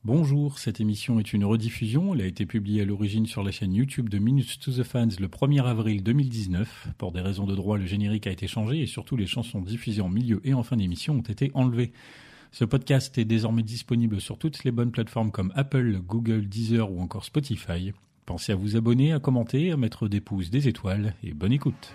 Bonjour, cette émission est une rediffusion. Elle a été publiée à l'origine sur la chaîne YouTube de Minutes to the Fans le 1er avril 2019. Pour des raisons de droit, le générique a été changé et surtout les chansons diffusées en milieu et en fin d'émission ont été enlevées. Ce podcast est désormais disponible sur toutes les bonnes plateformes comme Apple, Google, Deezer ou encore Spotify. Pensez à vous abonner, à commenter, à mettre des pouces, des étoiles et bonne écoute.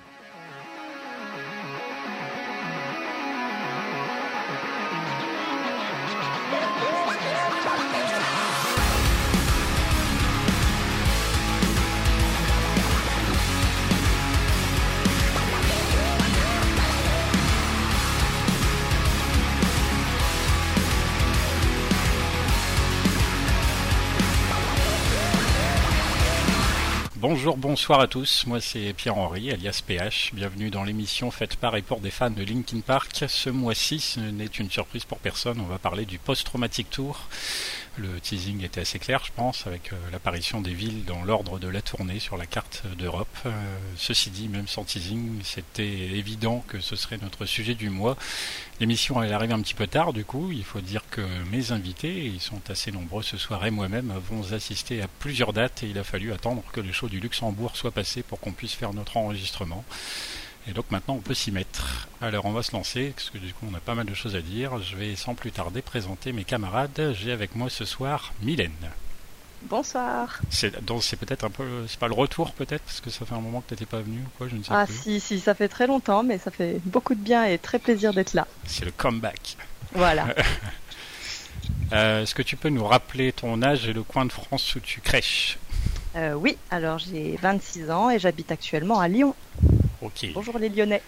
Bonjour, bonsoir à tous, moi c'est Pierre-Henri, alias PH, bienvenue dans l'émission faite par et pour des fans de Linkin Park. Ce mois-ci, ce n'est une surprise pour personne, on va parler du Post-Traumatic Tour. Le teasing était assez clair, je pense, avec l'apparition des villes dans l'ordre de la tournée sur la carte d'Europe. Ceci dit, même sans teasing, c'était évident que ce serait notre sujet du mois. L'émission elle arrive un petit peu tard, du coup, il faut dire que mes invités, ils sont assez nombreux ce soir, et moi-même avons assisté à plusieurs dates, et il a fallu attendre que le show du Luxembourg soit passé pour qu'on puisse faire notre enregistrement. Et donc maintenant on peut s'y mettre. Alors on va se lancer, parce que du coup on a pas mal de choses à dire. Je vais sans plus tarder présenter mes camarades. J'ai avec moi ce soir Mylène. Bonsoir. Donc c'est peut-être un peu, c'est pas le retour peut-être, parce que ça fait un moment que t'étais pas venu ou quoi, je ne sais plus. Ah si, ça fait très longtemps, mais ça fait beaucoup de bien et très plaisir d'être là. C'est le comeback. Voilà. Est-ce que tu peux nous rappeler ton âge et le coin de France où tu crèches? Oui, alors j'ai 26 ans et j'habite actuellement à Lyon. Ok. Bonjour les Lyonnais.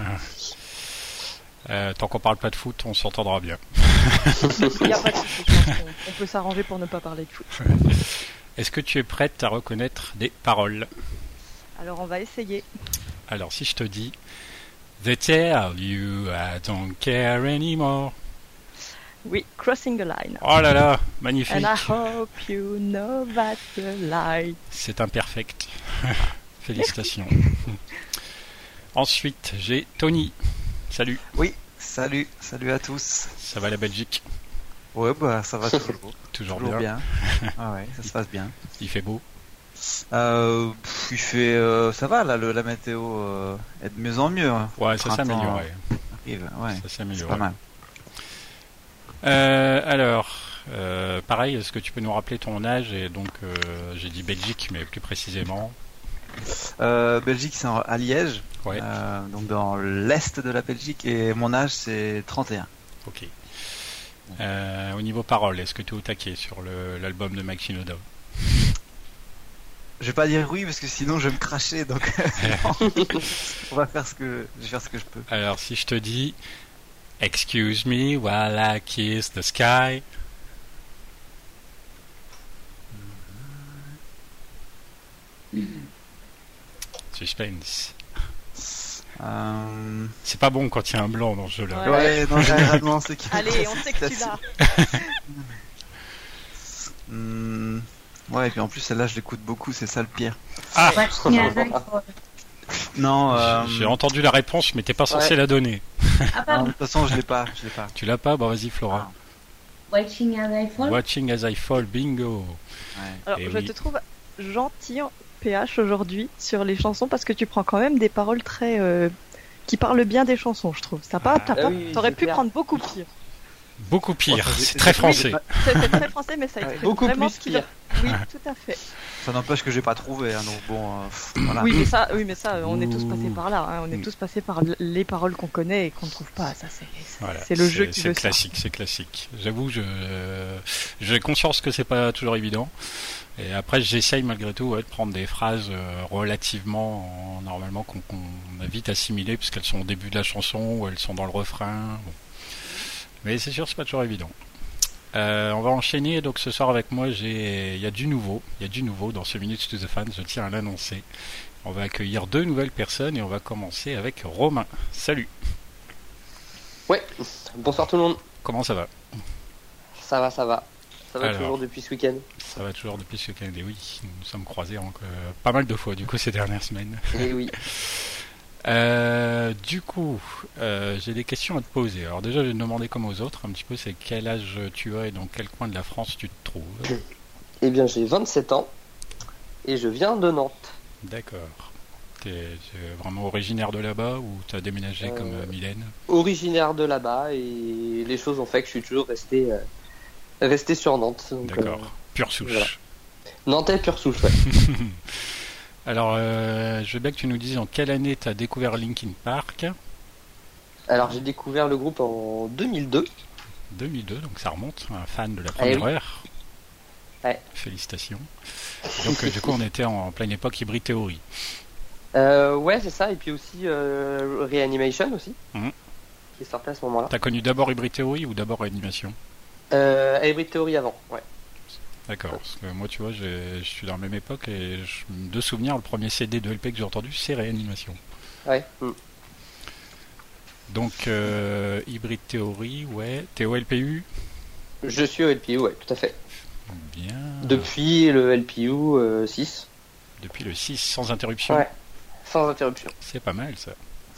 Tant qu'on parle pas de foot, on s'entendra bien. Il n'y a pas de souci, je pense qu'on peut s'arranger pour ne pas parler de foot. Est-ce que tu es prête à reconnaître des paroles? Alors on va essayer. Alors si je te dis They tell you I don't care anymore. Oui, Crossing the Line. Oh là là, magnifique. And I hope you know that's the line. C'est imperfect. Félicitations. Ensuite, j'ai Tony. Salut. Oui, salut à tous. Ça va la Belgique? Ouais, bah ça va toujours. toujours bien. Ah ouais, ça se passe bien. Il fait beau? Il fait, ça va là, la météo est de mieux en mieux. Hein. Ouais, ça s'améliore. Ouais, ça s'améliore. C'est pas mal. Alors, pareil, est-ce que tu peux nous rappeler ton âge? Et donc, j'ai dit Belgique, mais plus précisément. Belgique, c'est à Liège, ouais. Donc dans l'est de la Belgique, et mon âge c'est 31. Ok. Au niveau parole, est-ce que tu es au taquet sur l'album de Mike Shinoda? Je vais pas dire oui parce que sinon je vais me cracher, donc je vais faire ce que je peux. Alors si je te dis Excuse me while I kiss the sky. Suspense. C'est pas bon quand il y a un blanc dans ce jeu-là. Ouais, non, généralement c'est qu'il... Allez, on sait que tu l'as. Ouais, et puis en plus celle-là je l'écoute beaucoup, c'est ça le pire. Ah non, j'ai entendu la réponse, mais t'es pas censé la donner. Non, de toute façon je l'ai pas. Tu l'as pas? Bon vas-y Flora. Watching as I fall. Watching as I fall, bingo. Ouais. Alors je te trouve gentil PH aujourd'hui sur les chansons parce que tu prends quand même des paroles très qui parlent bien des chansons, je trouve. T'aurais pu prendre beaucoup pire. Beaucoup pire, c'est très français. C'est très français, mais ça exprime beaucoup vraiment plus ce qu'il pire. Oui, tout à fait. Ça n'empêche que j'ai pas trouvé, hein, donc bon. Voilà. Oui, mais ça, on est tous passés par là. Hein. On est tous passés par les paroles qu'on connaît et qu'on ne trouve pas. Ça, c'est le jeu qui veut ça. C'est classique. J'avoue, j'ai conscience que c'est pas toujours évident. Et après, j'essaye malgré tout de prendre des phrases relativement normalement qu'on a vite assimilées puisqu'elles sont au début de la chanson ou elles sont dans le refrain. Bon. Mais c'est sûr, c'est pas toujours évident. On va enchaîner. Donc ce soir avec moi, il y a du nouveau dans ce Minutes to the Fans. Je tiens à l'annoncer. On va accueillir 2 nouvelles personnes et on va commencer avec Romain. Salut. Ouais. Bonsoir tout le monde. Comment ça va? Ça va. Ça va alors, toujours depuis ce week-end. Ça va toujours depuis ce week-end. Et oui, nous nous sommes croisés pas mal de fois du coup ces dernières semaines. Et oui. Du coup, j'ai des questions à te poser. Alors déjà, je vais te demander comme aux autres, un petit peu, c'est quel âge tu as et dans quel coin de la France tu te trouves. Eh bien, j'ai 27 ans et je viens de Nantes. D'accord. T'es vraiment originaire de là-bas ou t'as déménagé comme Mylène? Originaire de là-bas et les choses ont fait que je suis toujours resté sur Nantes. Donc, d'accord. Pure souche. Voilà. Nantais pure souche, ouais. Alors, je veux bien que tu nous dises en quelle année tu as découvert Linkin Park. Alors, j'ai découvert le groupe en 2002. 2002, donc ça remonte, un fan de la première heure. Ouais. Félicitations. Donc, du coup, on était en pleine époque Hybrid Theory. Ouais, c'est ça, et puis aussi Reanimation aussi, qui sortait à ce moment-là. T'as connu d'abord Hybrid Theory ou d'abord Reanimation? Hybrid Theory avant, ouais. D'accord, parce que moi, tu vois, je suis dans la même époque et de souvenir, le premier CD de LP que j'ai entendu, c'est Réanimation. Ouais. Donc, Hybrid Theory, ouais. T'es au LPU? Je suis au LPU, ouais, tout à fait. Bien. Depuis le LPU 6. Depuis le 6, sans interruption? Ouais, sans interruption. C'est pas mal, ça.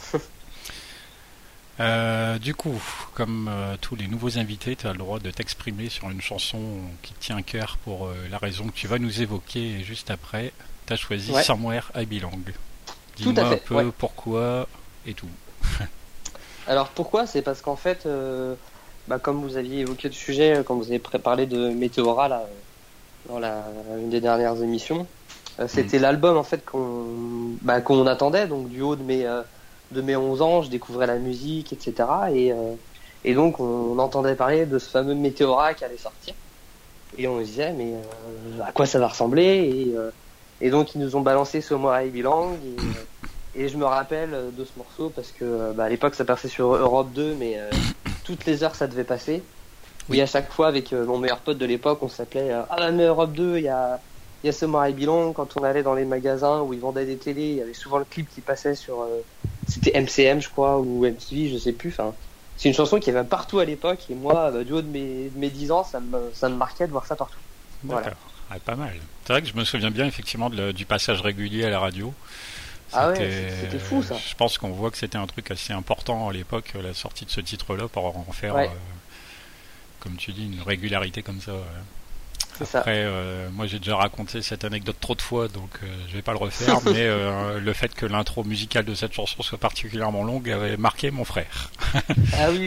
Du coup, comme tous les nouveaux invités, tu as le droit de t'exprimer sur une chanson qui te tient à cœur pour la raison que tu vas nous évoquer. Et juste après, tu as choisi Somewhere I Belong. Dis-moi un peu pourquoi et tout. Alors pourquoi? C'est parce qu'en fait, comme vous aviez évoqué le sujet, quand vous avez parlé de Météora là, dans une des dernières émissions, c'était l'album en fait qu'on attendait, donc du haut de mes 11 ans, je découvrais la musique, etc. Et donc on entendait parler de ce fameux Météora qui allait sortir. Et on se disait, mais à quoi ça va ressembler? Et donc ils nous ont balancé Somewhere I Belong. Et je me rappelle de ce morceau parce que à l'époque ça passait sur Europe 2, mais toutes les heures ça devait passer. Oui. Et à chaque fois avec mon meilleur pote de l'époque, on s'appelait mais Europe 2, il y a Somewhere I Belong. Quand on allait dans les magasins où ils vendaient des télés, il y avait souvent le clip qui passait sur c'était MCM je crois ou MTV, je sais plus. Enfin, c'est une chanson qui avait partout à l'époque et moi du haut de mes 10 ans, ça me marquait de voir ça partout. D'accord, voilà. Pas mal. C'est vrai que je me souviens bien effectivement du passage régulier à la radio. C'était fou ça. Je pense qu'on voit que c'était un truc assez important à l'époque, la sortie de ce titre-là, pour en faire, comme tu dis, une régularité comme ça. Après, moi j'ai déjà raconté cette anecdote trop de fois, donc je vais pas le refaire, mais le fait que l'intro musicale de cette chanson soit particulièrement longue avait marqué mon frère. Ah oui.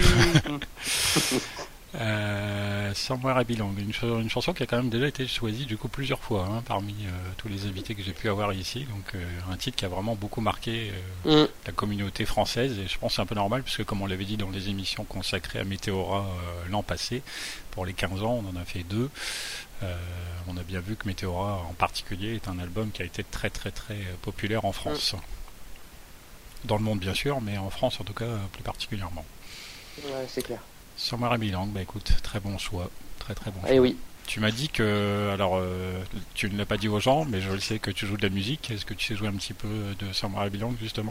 Somewhere I Belong, une chanson qui a quand même déjà été choisie du coup plusieurs fois parmi tous les invités que j'ai pu avoir ici, donc un titre qui a vraiment beaucoup marqué la communauté française, et je pense que c'est un peu normal puisque comme on l'avait dit dans les émissions consacrées à Météora l'an passé, pour les 15 ans on en a fait 2. On a bien vu que Météora en particulier est un album qui a été très très très populaire en France, dans le monde bien sûr, mais en France en tout cas plus particulièrement. Ouais, c'est clair. Somewhere I Belong, écoute, très bon choix, très très bon choix. Et oui. Tu m'as dit que, alors, tu ne l'as pas dit aux gens, mais je le sais que tu joues de la musique. Est-ce que tu sais jouer un petit peu de Somewhere I Belong justement?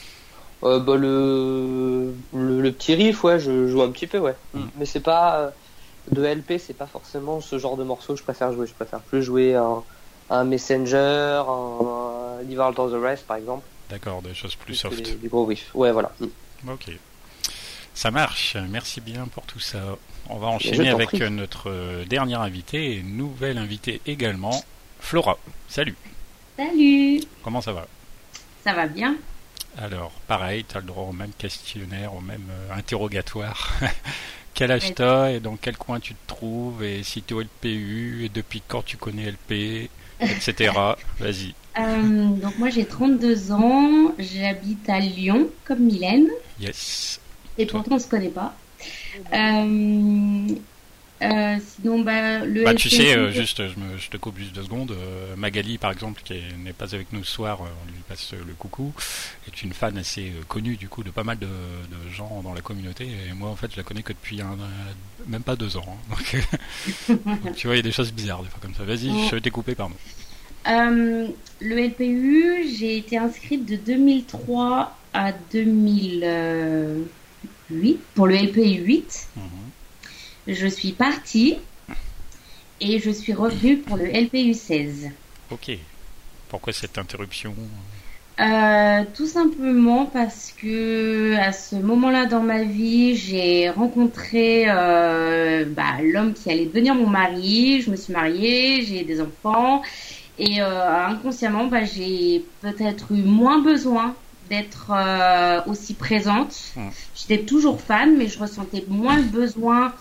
Le petit riff, ouais, je joue un petit peu, ouais. Mais c'est pas de LP, c'est pas forcément ce genre de morceau que je préfère jouer. Je préfère plus jouer un Messenger, un Leave Out All the Rest par exemple. D'accord, des choses plus soft. Des gros riffs, ouais, voilà. Ok. Ça marche, merci bien pour tout ça. On va enchaîner avec notre dernier invité et nouvelle invitée également, Flora. Salut. Salut. Comment ça va? Ça va bien. Alors, pareil, tu as le droit au même questionnaire, au même interrogatoire. Quel âge t'as et dans quel coin tu te trouves et si tu es au LPU et depuis quand tu connais LP, etc. Vas-y. Donc moi j'ai 32 ans, j'habite à Lyon comme Mylène. Yes. Et pourtant on se connaît pas. Sinon le LP... Tu sais, juste je te coupe juste 2 secondes. Magali par exemple qui n'est pas avec nous ce soir, on lui passe le coucou, est une fan assez connue du coup de pas mal de gens dans la communauté, et moi en fait je la connais que depuis même pas 2 ans, donc tu vois il y a des choses bizarres des fois comme ça. Vas-y, je t'ai coupé, pardon. Le LPU, j'ai été inscrite de 2003 à 2008 pour le LPU 8. Je suis partie et je suis revenue pour le LPU 16. Ok. Pourquoi cette interruption? Tout simplement parce que à ce moment-là dans ma vie, j'ai rencontré l'homme qui allait devenir mon mari. Je me suis mariée, j'ai des enfants et inconsciemment, j'ai peut-être eu moins besoin d'être aussi présente. J'étais toujours fan, mais je ressentais moins le besoin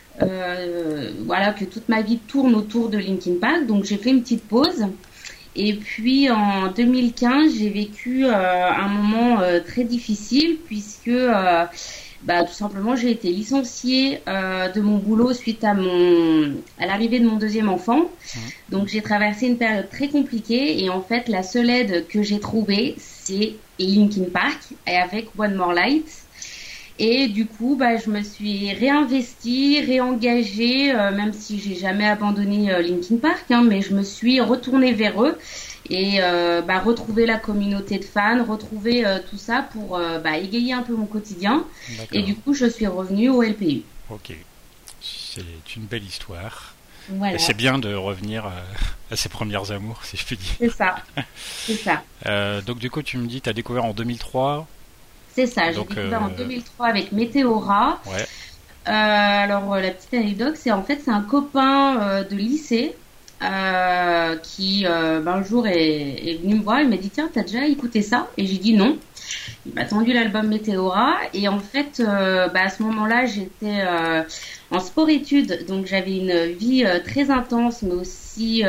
que toute ma vie tourne autour de Linkin Park. Donc j'ai fait une petite pause. Et puis en 2015, j'ai vécu un moment très difficile puisque tout simplement j'ai été licenciée de mon boulot suite à l'arrivée de mon deuxième enfant. Donc j'ai traversé une période très compliquée et en fait la seule aide que j'ai trouvée c'est Linkin Park et avec One More Light. Et du coup, je me suis réinvestie, réengagée, même si j'ai jamais abandonné Linkin Park, mais je me suis retournée vers eux et retrouver la communauté de fans, retrouver tout ça pour égayer un peu mon quotidien. D'accord. Et du coup, je suis revenue au LPU. Ok, c'est une belle histoire. Voilà. Et c'est bien de revenir à ses premières amours, si je puis dire. C'est ça. Donc du coup, tu me dis, tu as découvert en 2003. C'est ça, j'ai découvert en 2003 avec Météora. Ouais. Alors la petite anecdote, c'est un copain de lycée qui un jour est venu me voir, il m'a dit tiens, t'as déjà écouté ça? Et j'ai dit non. Il m'a tendu l'album Météora et en fait à ce moment-là j'étais en sport-études, donc j'avais une vie très intense mais aussi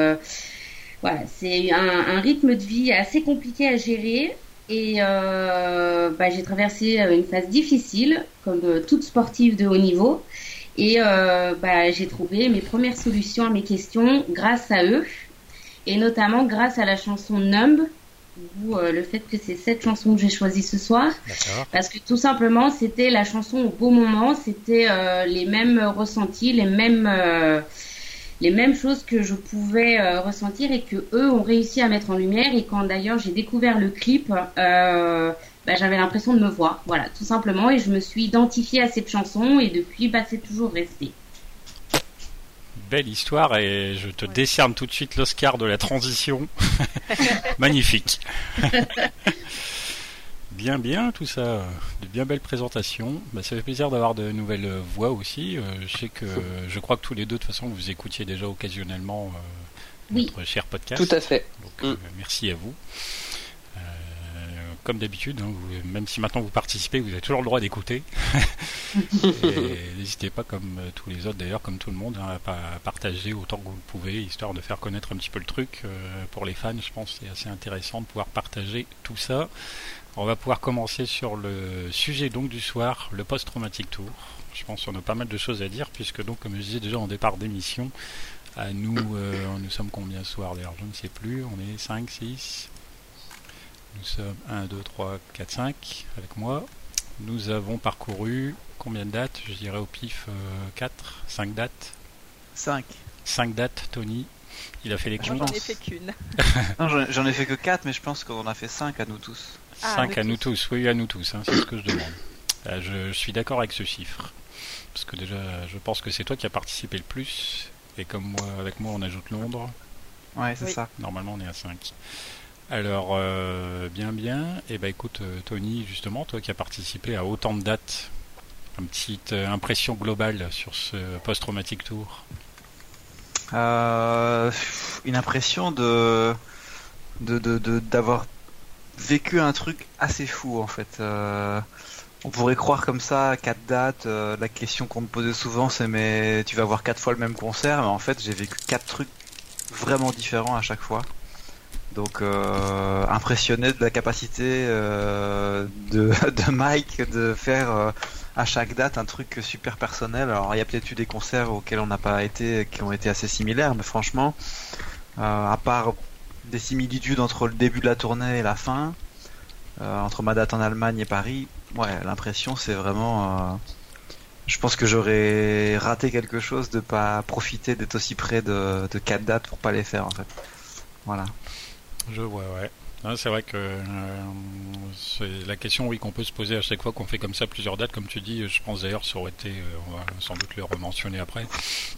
c'est un rythme de vie assez compliqué à gérer. Et j'ai traversé une phase difficile, comme toute sportive de haut niveau. Et j'ai trouvé mes premières solutions à mes questions grâce à eux. Et notamment grâce à la chanson Numb, ou le fait que c'est cette chanson que j'ai choisie ce soir. D'accord. Parce que tout simplement, c'était la chanson au bon moment. C'était les mêmes ressentis, les mêmes choses que je pouvais ressentir et que eux ont réussi à mettre en lumière. Et quand d'ailleurs j'ai découvert le clip, j'avais l'impression de me voir, voilà, tout simplement. Et je me suis identifiée à cette chanson et depuis, c'est toujours resté. Belle histoire et je te décerne tout de suite l'Oscar de la transition. Magnifique. Bien tout ça, de bien belles présentations. Ça fait plaisir d'avoir de nouvelles voix aussi. Je crois que tous les deux de toute façon vous écoutiez déjà occasionnellement notre cher podcast. Tout à fait. Donc merci à vous. Comme d'habitude, même si maintenant vous participez, vous avez toujours le droit d'écouter. Et n'hésitez pas, comme tous les autres d'ailleurs, comme tout le monde, à partager autant que vous le pouvez, histoire de faire connaître un petit peu le truc. Pour les fans, je pense que c'est assez intéressant de pouvoir partager tout ça. On va pouvoir commencer sur le sujet donc du soir, le post-traumatic tour. Je pense qu'on a pas mal de choses à dire, puisque donc, comme je disais déjà en départ d'émission, nous sommes combien ce soir d'ailleurs? Je ne sais plus, on est 5, 6... Nous sommes 1, 2, 3, 4, 5 avec moi. Nous avons parcouru combien de dates? Je dirais au pif 4, 5 dates. 5 dates, Tony. Il a fait les comptes. J'en ai fait qu'une. Non, j'en ai fait que 4, mais je pense qu'on a fait 5 à nous tous. 5 à nous tous, oui, à nous tous, c'est ce que je demande. Je suis d'accord avec ce chiffre. Parce que déjà, je pense que c'est toi qui as participé le plus. Et comme avec moi, on ajoute Londres. Ouais, c'est ça. Normalement, on est à 5. Alors, bien. Et écoute, Tony, justement, toi qui as participé à autant de dates, une petite impression globale sur ce post-traumatic tour. Une impression d'avoir vécu un truc assez fou en fait. On pourrait croire comme ça 4 dates. La question qu'on me posait souvent, c'est mais tu vas voir 4 fois le même concert, mais en fait j'ai vécu 4 trucs vraiment différents à chaque fois. Donc impressionné de la capacité de Mike de faire à chaque date un truc super personnel. Alors il y a peut-être eu des concerts auxquels on n'a pas été, qui ont été assez similaires, mais franchement, à part des similitudes entre le début de la tournée et la fin, entre ma date en Allemagne et Paris, l'impression c'est vraiment... je pense que j'aurais raté quelque chose de pas profiter d'être aussi près de 4 dates pour pas les faire en fait. Voilà. Je vois, ouais. Non, c'est vrai que c'est la question qu'on peut se poser à chaque fois qu'on fait comme ça plusieurs dates, comme tu dis. Je pense d'ailleurs ça aurait été, on va sans doute le rementionner après,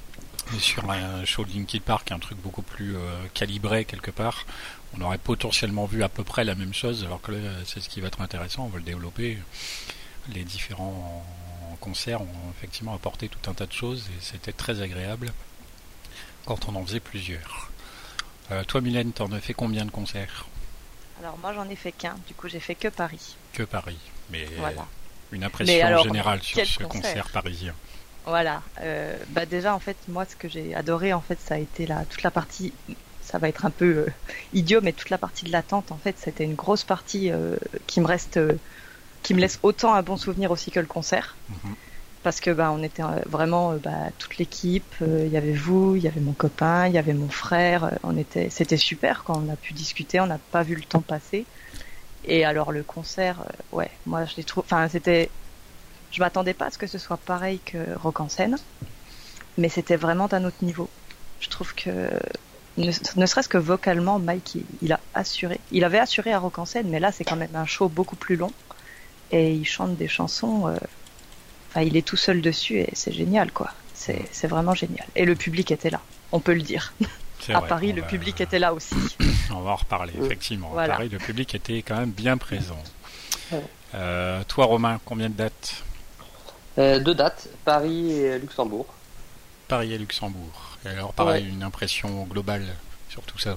Et sur un show de Linkin Park, un truc beaucoup plus calibré quelque part, on aurait potentiellement vu à peu près la même chose, alors que là, c'est ce qui va être intéressant, on va le développer. Les différents concerts ont effectivement apporté tout un tas de choses et c'était très agréable quand on en faisait plusieurs. Toi, Mylène, t'en as fait combien de concerts ? Alors moi, j'en ai fait qu'un. Du coup, j'ai fait que Paris. Que Paris. Mais voilà. Une impression générale sur ce concert parisien. Voilà. Déjà, en fait, moi, ce que j'ai adoré, en fait, ça a été toute la partie. Ça va être un peu idiot, mais toute la partie de l'attente, en fait, c'était une grosse partie qui me laisse autant un bon souvenir aussi que le concert. Mm-hmm. Parce que on était vraiment toute l'équipe, il y avait vous, il y avait mon copain, il y avait mon frère, c'était super quand on a pu discuter, on n'a pas vu le temps passer. Et alors le concert, moi je l'ai trouvé, je m'attendais pas à ce que ce soit pareil que Rock en scène, mais c'était vraiment d'un autre niveau. Je trouve que ne serait-ce que vocalement, Mike il avait assuré à Rock en scène, mais là c'est quand même un show beaucoup plus long et il chante des chansons. Il est tout seul dessus et c'est génial, quoi. C'est vraiment génial. Et le public était là, on peut le dire. À vrai, Paris, le public était là aussi. On va en reparler, effectivement. Voilà. À Paris, le public était quand même bien présent. Toi, Romain, combien de dates ? 2 dates, Paris et Luxembourg. Paris et Luxembourg. Et alors, pareil, une impression globale sur tout ça ?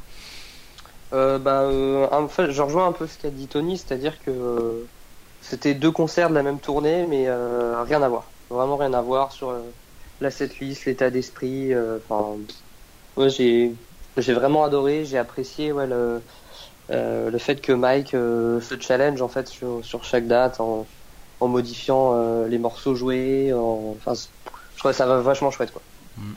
En fait, je rejoins un peu ce qu'a dit Tony, c'est-à-dire que c'était 2 concerts de la même tournée, mais rien à voir. Vraiment rien à voir sur la setlist, l'état d'esprit. J'ai vraiment adoré, j'ai apprécié le fait que Mike se challenge en fait sur chaque date en modifiant les morceaux joués. Je trouvais ça vachement chouette, quoi.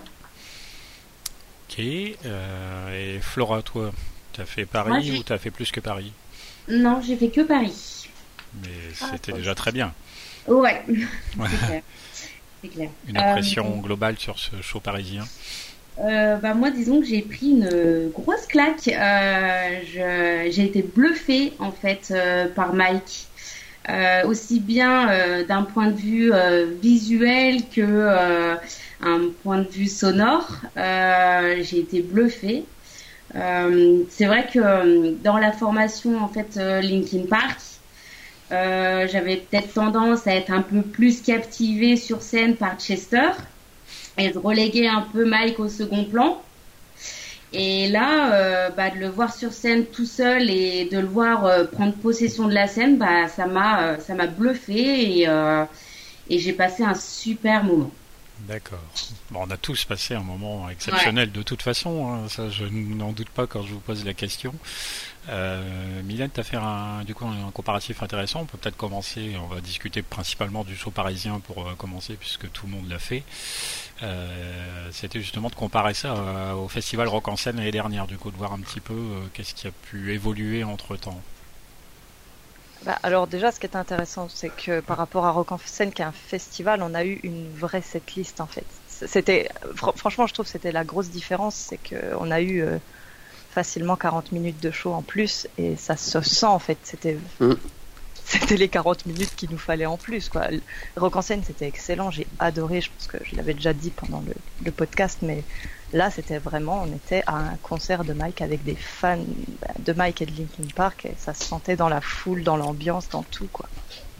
Ok. Et Flora, toi, t'as fait Paris ou t'as fait plus que Paris ? Non, j'ai fait que Paris. Mais c'était déjà très bien. Ouais. C'est clair. Une impression globale sur ce show parisien ? Moi, disons que j'ai pris une grosse claque. J'ai été bluffée en fait par Mike, aussi bien d'un point de vue visuel que un point de vue sonore. J'ai été bluffée. C'est vrai que dans la formation en fait Linkin Park, j'avais peut-être tendance à être un peu plus captivée sur scène par Chester et de reléguer un peu Mike au second plan. Et là, de le voir sur scène tout seul et de le voir prendre possession de la scène, ça m'a bluffé et j'ai passé un super moment. D'accord. Bon, on a tous passé un moment exceptionnel de toute façon, hein, ça je n'en doute pas quand je vous pose la question. Mylène, tu as fait un comparatif intéressant. On peut peut-être commencer, on va discuter principalement du show parisien pour commencer puisque tout le monde l'a fait. C'était justement de comparer ça au festival Rock en scène l'année dernière, du coup de voir un petit peu qu'est-ce qui a pu évoluer entre temps. Alors déjà, ce qui est intéressant, c'est que par rapport à Rock en scène, qui est un festival, on a eu une vraie setlist en fait. Franchement, je trouve que c'était la grosse différence, c'est qu'on a eu facilement 40 minutes de show en plus, et ça se sent en fait. C'était les 40 minutes qu'il nous fallait en plus, quoi. Rock en scène, c'était excellent, j'ai adoré. Je pense que je l'avais déjà dit pendant le podcast, mais là, c'était vraiment, on était à un concert de Mike avec des fans de Mike et de Linkin Park, et ça se sentait dans la foule, dans l'ambiance, dans tout, quoi.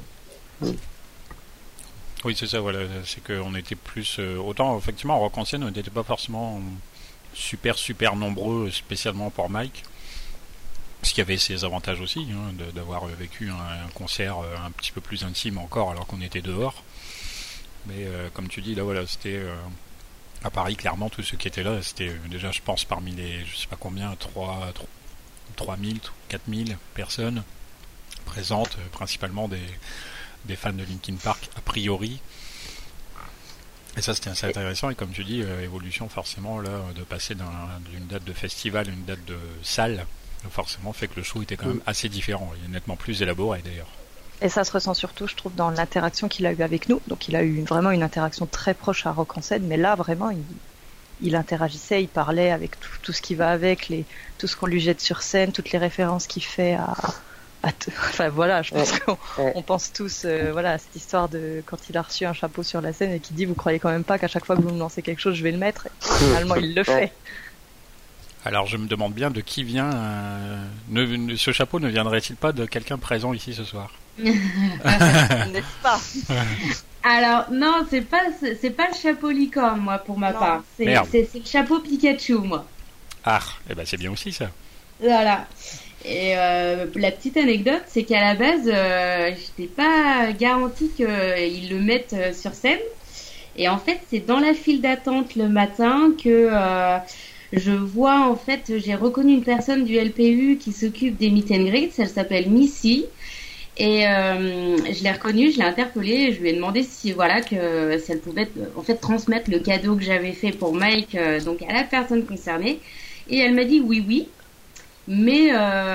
Oui, c'est ça, voilà. C'est qu'on était plus... autant, effectivement, en Rock en scène, on n'était pas forcément super nombreux, spécialement pour Mike. Ce qui avait ses avantages aussi, hein, d'avoir vécu un concert un petit peu plus intime encore, alors qu'on était dehors. Mais comme tu dis, là, voilà, c'était... à Paris, clairement, tous ceux qui étaient là, c'était déjà, je pense, parmi les, je sais pas combien, 3000, 4000 personnes présentes, principalement des fans de Linkin Park, a priori. Et ça, c'était assez intéressant. Et comme tu dis, évolution, forcément, là, de passer d'une date de festival à une date de salle, forcément, fait que le show était quand même assez différent. Il est nettement plus élaboré, d'ailleurs. Et ça se ressent surtout, je trouve, dans l'interaction qu'il a eue avec nous. Donc il a eu vraiment une interaction très proche à Rock en scène, mais là, vraiment, il interagissait, il parlait avec tout ce qui va avec, tout ce qu'on lui jette sur scène, toutes les références qu'il fait à enfin voilà, je pense qu'on Ouais. on pense tous voilà à cette histoire de quand il a reçu un chapeau sur la scène et qu'il dit vous croyez quand même pas qu'à chaque fois que vous me lancez quelque chose je vais le mettre. Et finalement il le fait. Alors je me demande bien de qui vient. Ce chapeau ne viendrait-il pas de quelqu'un présent ici ce soir? N'est-ce pas? Alors non, c'est pas le chapeau licorne moi pour ma Non. part. Merde. C'est le chapeau Pikachu moi. Ah, eh ben c'est bien aussi ça. Voilà. Et la petite anecdote, c'est qu'à la base, j'étais pas garantie qu'ils le mettent sur scène. Et en fait, c'est dans la file d'attente le matin que je vois, en fait, j'ai reconnu une personne du LPU qui s'occupe des meet and greets. Elle s'appelle Missy. Et je l'ai reconnue, je l'ai interpellée, je lui ai demandé si voilà si elle pouvait en fait transmettre le cadeau que j'avais fait pour Mike donc à la personne concernée. Et elle m'a dit oui, mais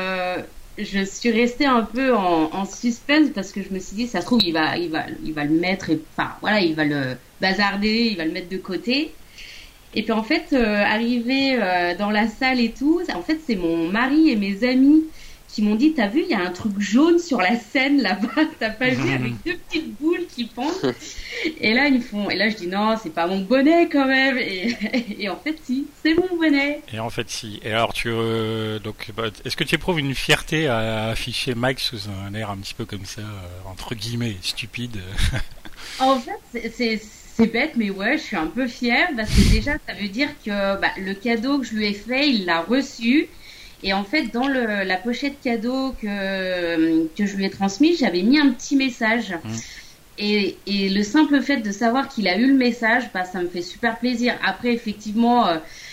je suis restée un peu en suspense parce que je me suis dit ça se trouve il va le mettre et enfin voilà il va le bazarder, il va le mettre de côté. Et puis en fait arrivé dans la salle et tout, en fait c'est mon mari et mes amis qui m'ont dit t'as vu il y a un truc jaune sur la scène là-bas, t'as pas vu avec deux petites boules qui pendent. Et là je dis non c'est pas mon bonnet quand même et en fait si c'est mon bonnet. Et en fait si. Et alors est-ce que tu éprouves une fierté à afficher Mike sous un air un petit peu comme ça, entre guillemets stupide? En fait c'est bête mais ouais je suis un peu fière parce que déjà ça veut dire que le cadeau que je lui ai fait il l'a reçu. Et en fait, dans la pochette cadeau que je lui ai transmise, j'avais mis un petit message. Et le simple fait de savoir qu'il a eu le message, ça me fait super plaisir. Après, effectivement,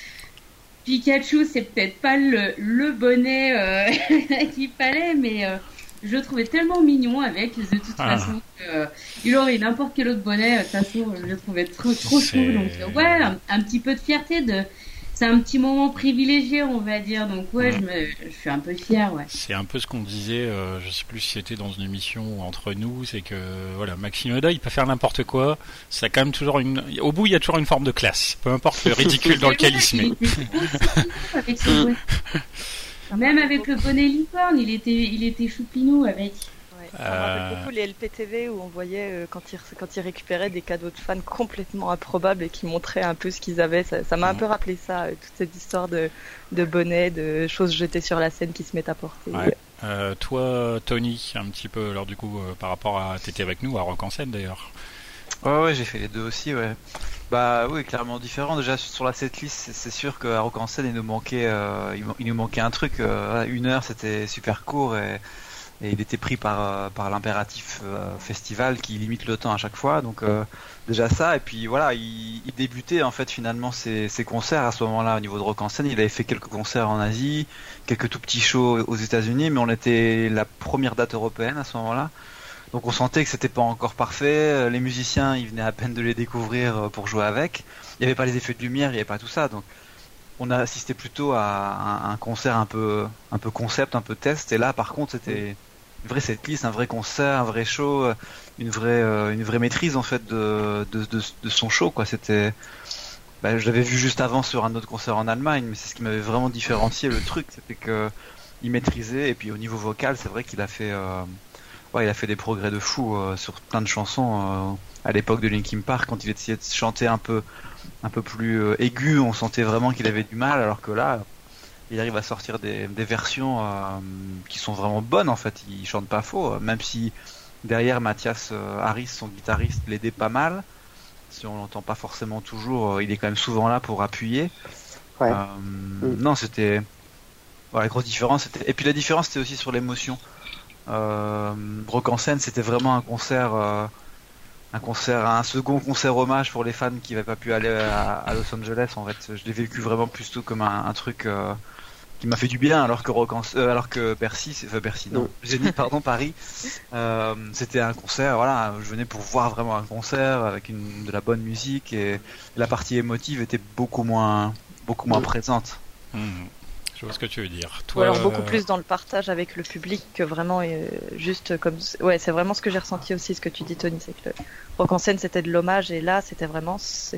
Pikachu, c'est peut-être pas le bonnet qu'il fallait, mais je le trouvais tellement mignon avec. De toute façon, il aurait n'importe quel autre bonnet. De toute façon, je le trouvais trop cool. Donc, ouais, un petit peu de fierté c'est un petit moment privilégié, on va dire. Donc ouais, je suis un peu fière, ouais. C'est un peu ce qu'on disait, je sais plus si c'était dans une émission ou entre nous, c'est que voilà, Maxime Oda, il peut faire n'importe quoi. Ça a quand même toujours au bout, il y a toujours une forme de classe, peu importe le ridicule dans lequel il se met. Avec son bonnet. Même avec le bonnet licorne, il était choupinou avec. Ça me rappelle beaucoup les LPTV où on voyait quand ils récupéraient des cadeaux de fans complètement improbables et qui montraient un peu ce qu'ils avaient. Ça m'a un peu rappelé ça, toute cette histoire de bonnets, de choses jetées sur la scène qui se mettent à porter. Ouais. Toi, Tony, un petit peu, alors du coup, par rapport à... T'étais avec nous à Rock en scène d'ailleurs. Ouais, j'ai fait les deux aussi, ouais. Bah oui, clairement différent. Déjà sur la setlist, c'est sûr qu'à Rock en scène, il nous manquait un truc. 1 heure, c'était super court et il était pris par l'impératif festival qui limite le temps à chaque fois. Donc déjà ça, et puis voilà, il débutait en fait finalement ses concerts à ce moment-là au niveau de Rock en scène. Il avait fait quelques concerts en Asie, quelques tout petits shows aux États-Unis, mais on était la première date européenne à ce moment-là. Donc on sentait que c'était pas encore parfait. Les musiciens, ils venaient à peine de les découvrir pour jouer avec. Il n'y avait pas les effets de lumière, il n'y avait pas tout ça. Donc on a assisté plutôt à un concert un peu concept, un peu test. Et là, par contre, c'était une vraie setlist, un vrai concert, un vrai show, une vraie maîtrise en fait de son show, quoi. C'était, je l'avais vu juste avant sur un autre concert en Allemagne, mais c'est ce qui m'avait vraiment différencié le truc, c'était que il maîtrisait. Et puis au niveau vocal, c'est vrai qu'il a fait il a fait des progrès de fou sur plein de chansons à l'époque de Linkin Park, quand il essayait de chanter un peu plus aigu, on sentait vraiment qu'il avait du mal, alors que là il arrive à sortir des versions qui sont vraiment bonnes en fait. Il chante pas faux, même si derrière Mathias Harris, son guitariste, l'aidait pas mal. Si on l'entend pas forcément toujours, il est quand même souvent là pour appuyer. Ouais. Non, c'était la grosse différence. Et puis la différence, c'était aussi sur l'émotion. Rock en scène, c'était vraiment un second concert hommage pour les fans qui n'avaient pas pu aller à Los Angeles. En fait, je l'ai vécu vraiment plutôt comme un truc qui m'a fait du bien, alors que Zénith, pardon, Paris, c'était un concert. Voilà, je venais pour voir vraiment un concert avec de la bonne musique, et la partie émotive était beaucoup moins présente. Je vois ce que tu veux dire. Ou alors beaucoup plus dans le partage avec le public que vraiment juste comme... Ouais, c'est vraiment ce que j'ai ressenti aussi, ce que tu dis, Tony, c'est que le Rock en scène, c'était de l'hommage, et là, c'était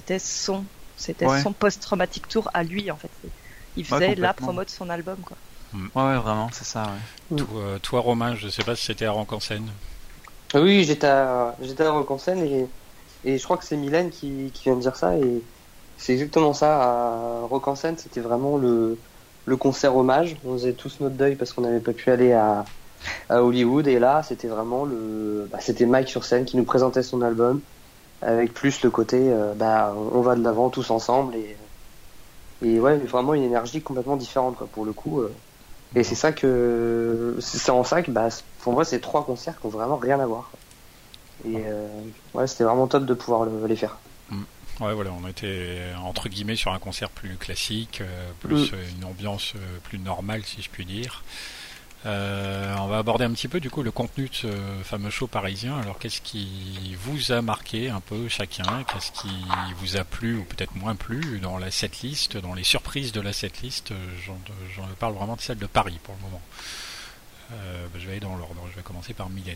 son post-traumatic tour à lui, en fait. Il faisait la promo de son album, quoi. Ouais, vraiment, c'est ça. Ouais. Toi, Romain, je sais pas si c'était à Rock en Seine. Oui, j'étais à Rock en Seine et je crois que c'est Mylène qui vient de dire ça et c'est exactement ça. À Rock en Seine, c'était vraiment le concert hommage. On faisait tous notre deuil parce qu'on n'avait pas pu aller à Hollywood et là, c'était vraiment c'était Mike sur scène qui nous présentait son album avec plus le côté on va de l'avant tous ensemble et ouais, vraiment une énergie complètement différente quoi, pour le coup. Et c'est en ça que pour moi c'est 3 concerts qui ont vraiment rien à voir. Et ouais, c'était vraiment top de pouvoir les faire. Ouais, voilà, on était entre guillemets sur un concert plus classique, plus une ambiance plus normale si je puis dire. On va aborder un petit peu du coup le contenu de ce fameux show parisien. Alors qu'est-ce qui vous a marqué un peu chacun? Qu'est-ce qui vous a plu ou peut-être moins plu dans la setlist, dans les surprises de la setlist? J'en parle vraiment de celle de Paris pour le moment. Je vais aller dans l'ordre. Je vais commencer par Mylène.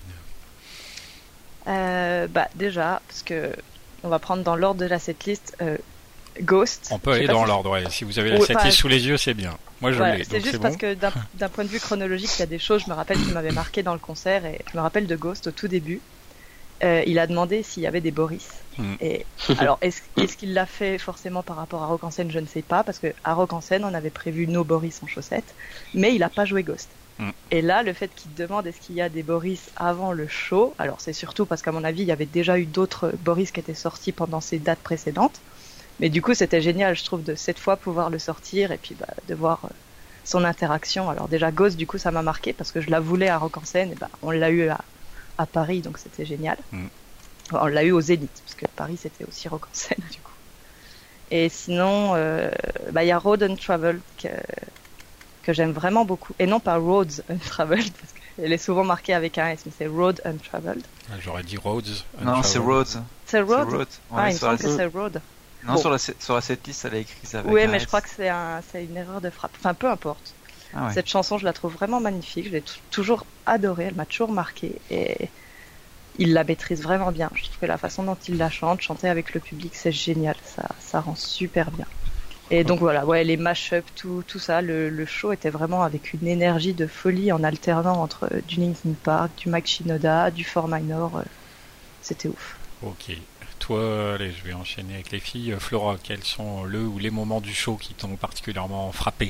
Déjà, parce que on va prendre dans l'ordre de la setlist Ghost. On peut aller dans l'ordre, ouais. Si vous avez la setlist sous les yeux, c'est bien. Moi, je l'ai. C'est juste parce que d'un point de vue chronologique, il y a des choses, je me rappelle, qui m'avaient marqué dans le concert. Et je me rappelle de Ghost au tout début. Il a demandé s'il y avait des Boris. Et alors, est-ce qu'il l'a fait forcément par rapport à Rock en Seine? Je ne sais pas, parce que à Rock en Seine, on avait prévu nos Boris en chaussettes, mais il n'a pas joué Ghost. Et là, le fait qu'il demande est-ce qu'il y a des Boris avant le show, alors c'est surtout parce qu'à mon avis, il y avait déjà eu d'autres Boris qui étaient sortis pendant ces dates précédentes. Mais du coup, c'était génial, je trouve, de cette fois pouvoir le sortir et puis de voir son interaction. Alors déjà, Ghost, du coup, ça m'a marqué parce que je la voulais à Rock en Seine. Et on l'a eu à Paris, donc c'était génial. On l'a eu au Zénith, parce que Paris, c'était aussi Rock en Seine, du coup. Et sinon, y a Road and Travel que j'aime vraiment beaucoup. Et non pas Roads and Travel, parce qu'elle est souvent marquée avec un S, mais c'est Road and Traveled. J'aurais dit Roads. Non, c'est Roads. C'est Road. Ouais, il me semble que c'est Road. Non, bon. sur la setlist, elle a écrit ça avec oui, un mais S. je crois que c'est une erreur de frappe. Enfin, peu importe. Ah ouais. Cette chanson, je la trouve vraiment magnifique. Je l'ai toujours adorée. Elle m'a toujours marquée. Et il la maîtrise vraiment bien. Je trouve que la façon dont il la chante, chanter avec le public, c'est génial. Ça rend super bien. Et donc voilà, les mash-up, tout ça, le show était vraiment avec une énergie de folie en alternant entre du Linkin Park, du Mike Shinoda, du 4Minor. C'était ouf. Ok. Toi, allez, je vais enchaîner avec les filles. Flora, quels sont le ou les moments du show qui t'ont particulièrement frappé?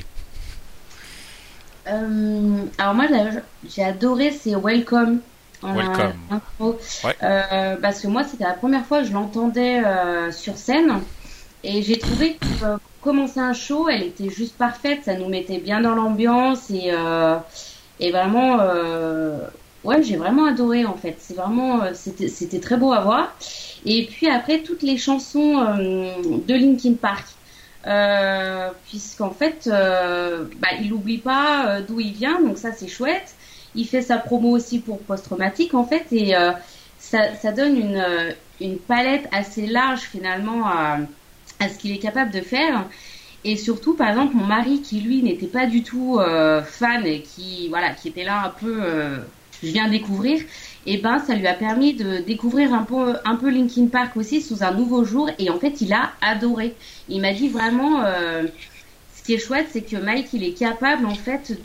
Alors moi, j'ai adoré ces Welcome. Welcome. Ouais. Parce que moi, c'était la première fois que je l'entendais sur scène. Et j'ai trouvé que pour commencer un show, elle était juste parfaite. Ça nous mettait bien dans l'ambiance. Et vraiment... j'ai vraiment adoré en fait. C'est vraiment, c'était très beau à voir. Et puis après toutes les chansons de Linkin Park, puisqu'en fait, il n'oublie pas d'où il vient, donc ça c'est chouette. Il fait sa promo aussi pour Post-Traumatique en fait, et ça donne une palette assez large finalement à ce qu'il est capable de faire. Et surtout, par exemple, mon mari qui lui n'était pas du tout fan et qui était là un peu je viens découvrir, et ça lui a permis de découvrir un peu Linkin Park aussi sous un nouveau jour, et en fait il a adoré. Il m'a dit vraiment ce qui est chouette, c'est que Mike il est capable en fait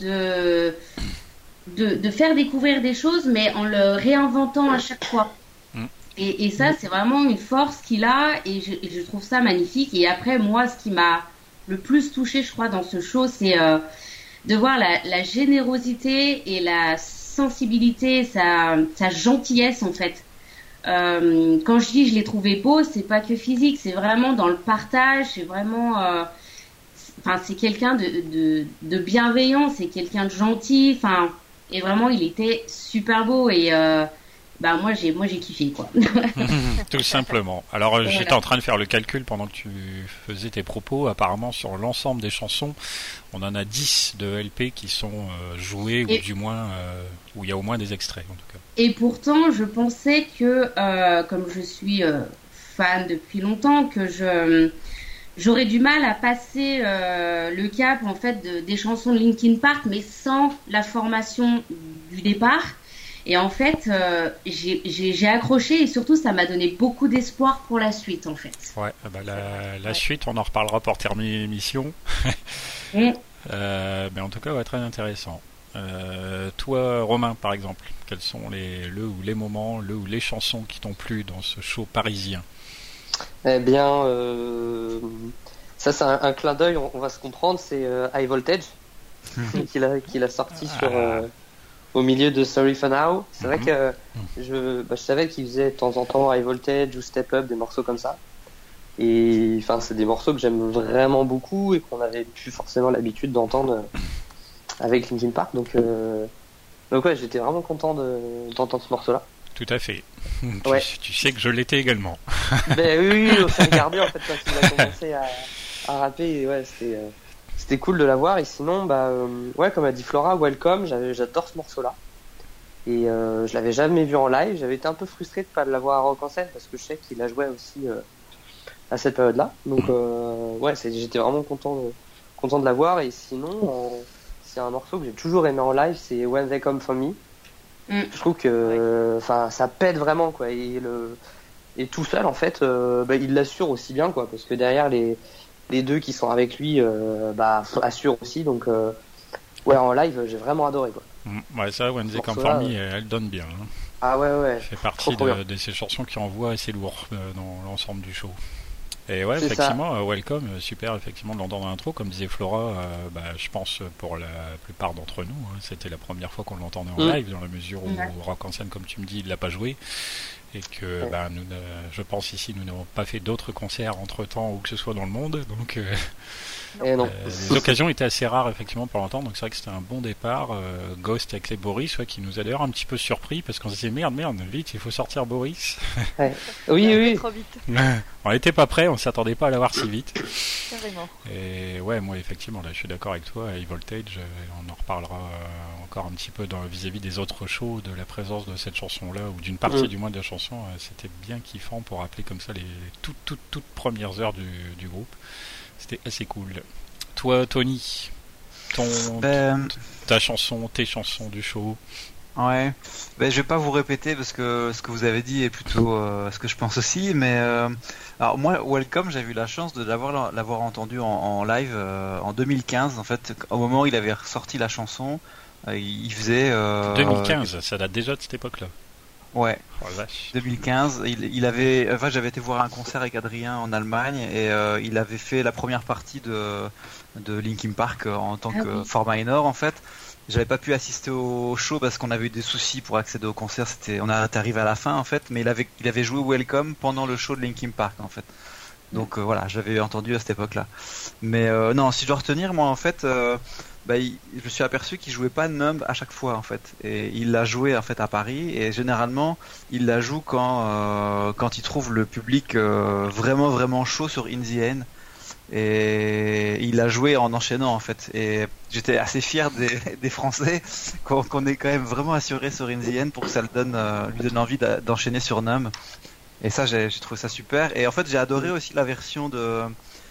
de faire découvrir des choses mais en le réinventant à chaque fois. Et ça c'est vraiment une force qu'il a, et je trouve ça magnifique. Et après moi, ce qui m'a le plus touchée je crois dans ce show, c'est de voir la générosité et la sensibilité, sa gentillesse en fait. Quand je dis je l'ai trouvé beau, c'est pas que physique, c'est vraiment dans le partage, c'est vraiment c'est quelqu'un de bienveillant, c'est quelqu'un de gentil, et vraiment il était super beau. Et moi j'ai kiffé quoi. Tout simplement. Alors j'étais en train de faire le calcul pendant que tu faisais tes propos. Apparemment sur l'ensemble des chansons, on en a 10 de LP qui sont joués, ou du moins où il y a au moins des extraits en tout cas. Et pourtant je pensais que comme je suis fan depuis longtemps, que j'aurais du mal à passer le cap en fait des chansons de Linkin Park, mais sans la formation du départ. Et en fait, j'ai accroché, et surtout, ça m'a donné beaucoup d'espoir pour la suite, en fait. Ouais, la suite, on en reparlera pour terminer l'émission. Mais en tout cas, ouais, très intéressant. Toi, Romain, par exemple, quels sont le ou les moments, le ou les chansons qui t'ont plu dans ce show parisien? Eh bien, ça c'est un clin d'œil, on va se comprendre, c'est High Voltage qu'il a sorti au milieu de Sorry for Now. C'est vrai que je savais qu'il faisait de temps en temps High Voltage ou Step Up, des morceaux comme ça. Et enfin, c'est des morceaux que j'aime vraiment beaucoup et qu'on n'avait plus forcément l'habitude d'entendre avec Linkin Park. Donc ouais, j'étais vraiment content d'entendre ce morceau-là. Tout à fait. Ouais. Tu sais que je l'étais également. Ben oui, on s'est regardé en fait quand il a commencé à rapper. Et ouais, c'était cool de l'avoir. Et sinon, ouais, comme a dit Flora, Welcome, j'adore ce morceau-là. Et je l'avais jamais vu en live. J'avais été un peu frustré de pas l'avoir à Rock en scène parce que je sais qu'il a joué aussi à cette période-là. Donc ouais, j'étais vraiment content de l'avoir. Et sinon, c'est un morceau que j'ai toujours aimé en live, c'est When They Come For Me. Je trouve que ça pète vraiment quoi, et tout seul en fait il l'assure aussi bien quoi, parce que derrière les deux qui sont avec lui assurent aussi, donc ouais, en live j'ai vraiment adoré quoi. Ouais, ça, When They Come For Me, elle donne bien, hein. Ah ouais, fait partie de ces chansons qui envoient assez lourd dans l'ensemble du show. Et ouais, c'est effectivement, Welcome, super effectivement de l'entendre en intro, comme disait Flora, je pense pour la plupart d'entre nous, hein, c'était la première fois qu'on l'entendait en live, dans la mesure où Rock en scène, comme tu me dis, il l'a pas joué, et que nous, je pense ici, nous n'avons pas fait d'autres concerts entre-temps ou que ce soit dans le monde, donc non. les occasions étaient assez rares effectivement pour l'entendre, donc c'est vrai que c'était un bon départ. Ghost avec les Boris, qui nous a d'ailleurs un petit peu surpris parce qu'on se disait merde, vite, il faut sortir Boris. Ouais. Oui. Trop vite. On n'était pas prêts, on s'attendait pas à l'avoir si vite. Carrément. Et ouais, moi effectivement, là je suis d'accord avec toi, High Voltage, on en reparlera encore un petit peu vis-à-vis des autres shows, de la présence de cette chanson-là, ou d'une partie du moins de la chanson, c'était bien kiffant pour rappeler comme ça les toutes premières heures du groupe. C'était assez cool. Toi, Tony, tes chansons du show. Ouais, je vais pas vous répéter parce que ce que vous avez dit est plutôt ce que je pense aussi, mais alors moi, Welcome, j'ai eu la chance de l'avoir entendu en live en 2015, en fait, au moment où il avait ressorti la chanson, il faisait 2015, ça date déjà de cette époque-là. Ouais. Oh, vache. 2015, j'avais été voir un concert avec Adrien en Allemagne et il avait fait la première partie de Linkin Park en tant que Four Minor en fait. J'avais pas pu assister au show parce qu'on avait eu des soucis pour accéder au concert. On est arrivé à la fin en fait, mais il avait joué Welcome pendant le show de Linkin Park en fait. Donc voilà, j'avais entendu à cette époque-là. Mais non, si je dois retenir, moi en fait, je me suis aperçu qu'il jouait pas Numb à chaque fois en fait. Et il l'a joué en fait à Paris et généralement il la joue quand il trouve le public vraiment vraiment chaud sur In the End. Et il a joué en enchaînant en fait, et j'étais assez fier des Français qu'on ait quand même vraiment assuré sur In the End pour que ça lui donne envie d'enchaîner sur Numb. Et ça j'ai trouvé ça super. Et en fait j'ai adoré aussi la version de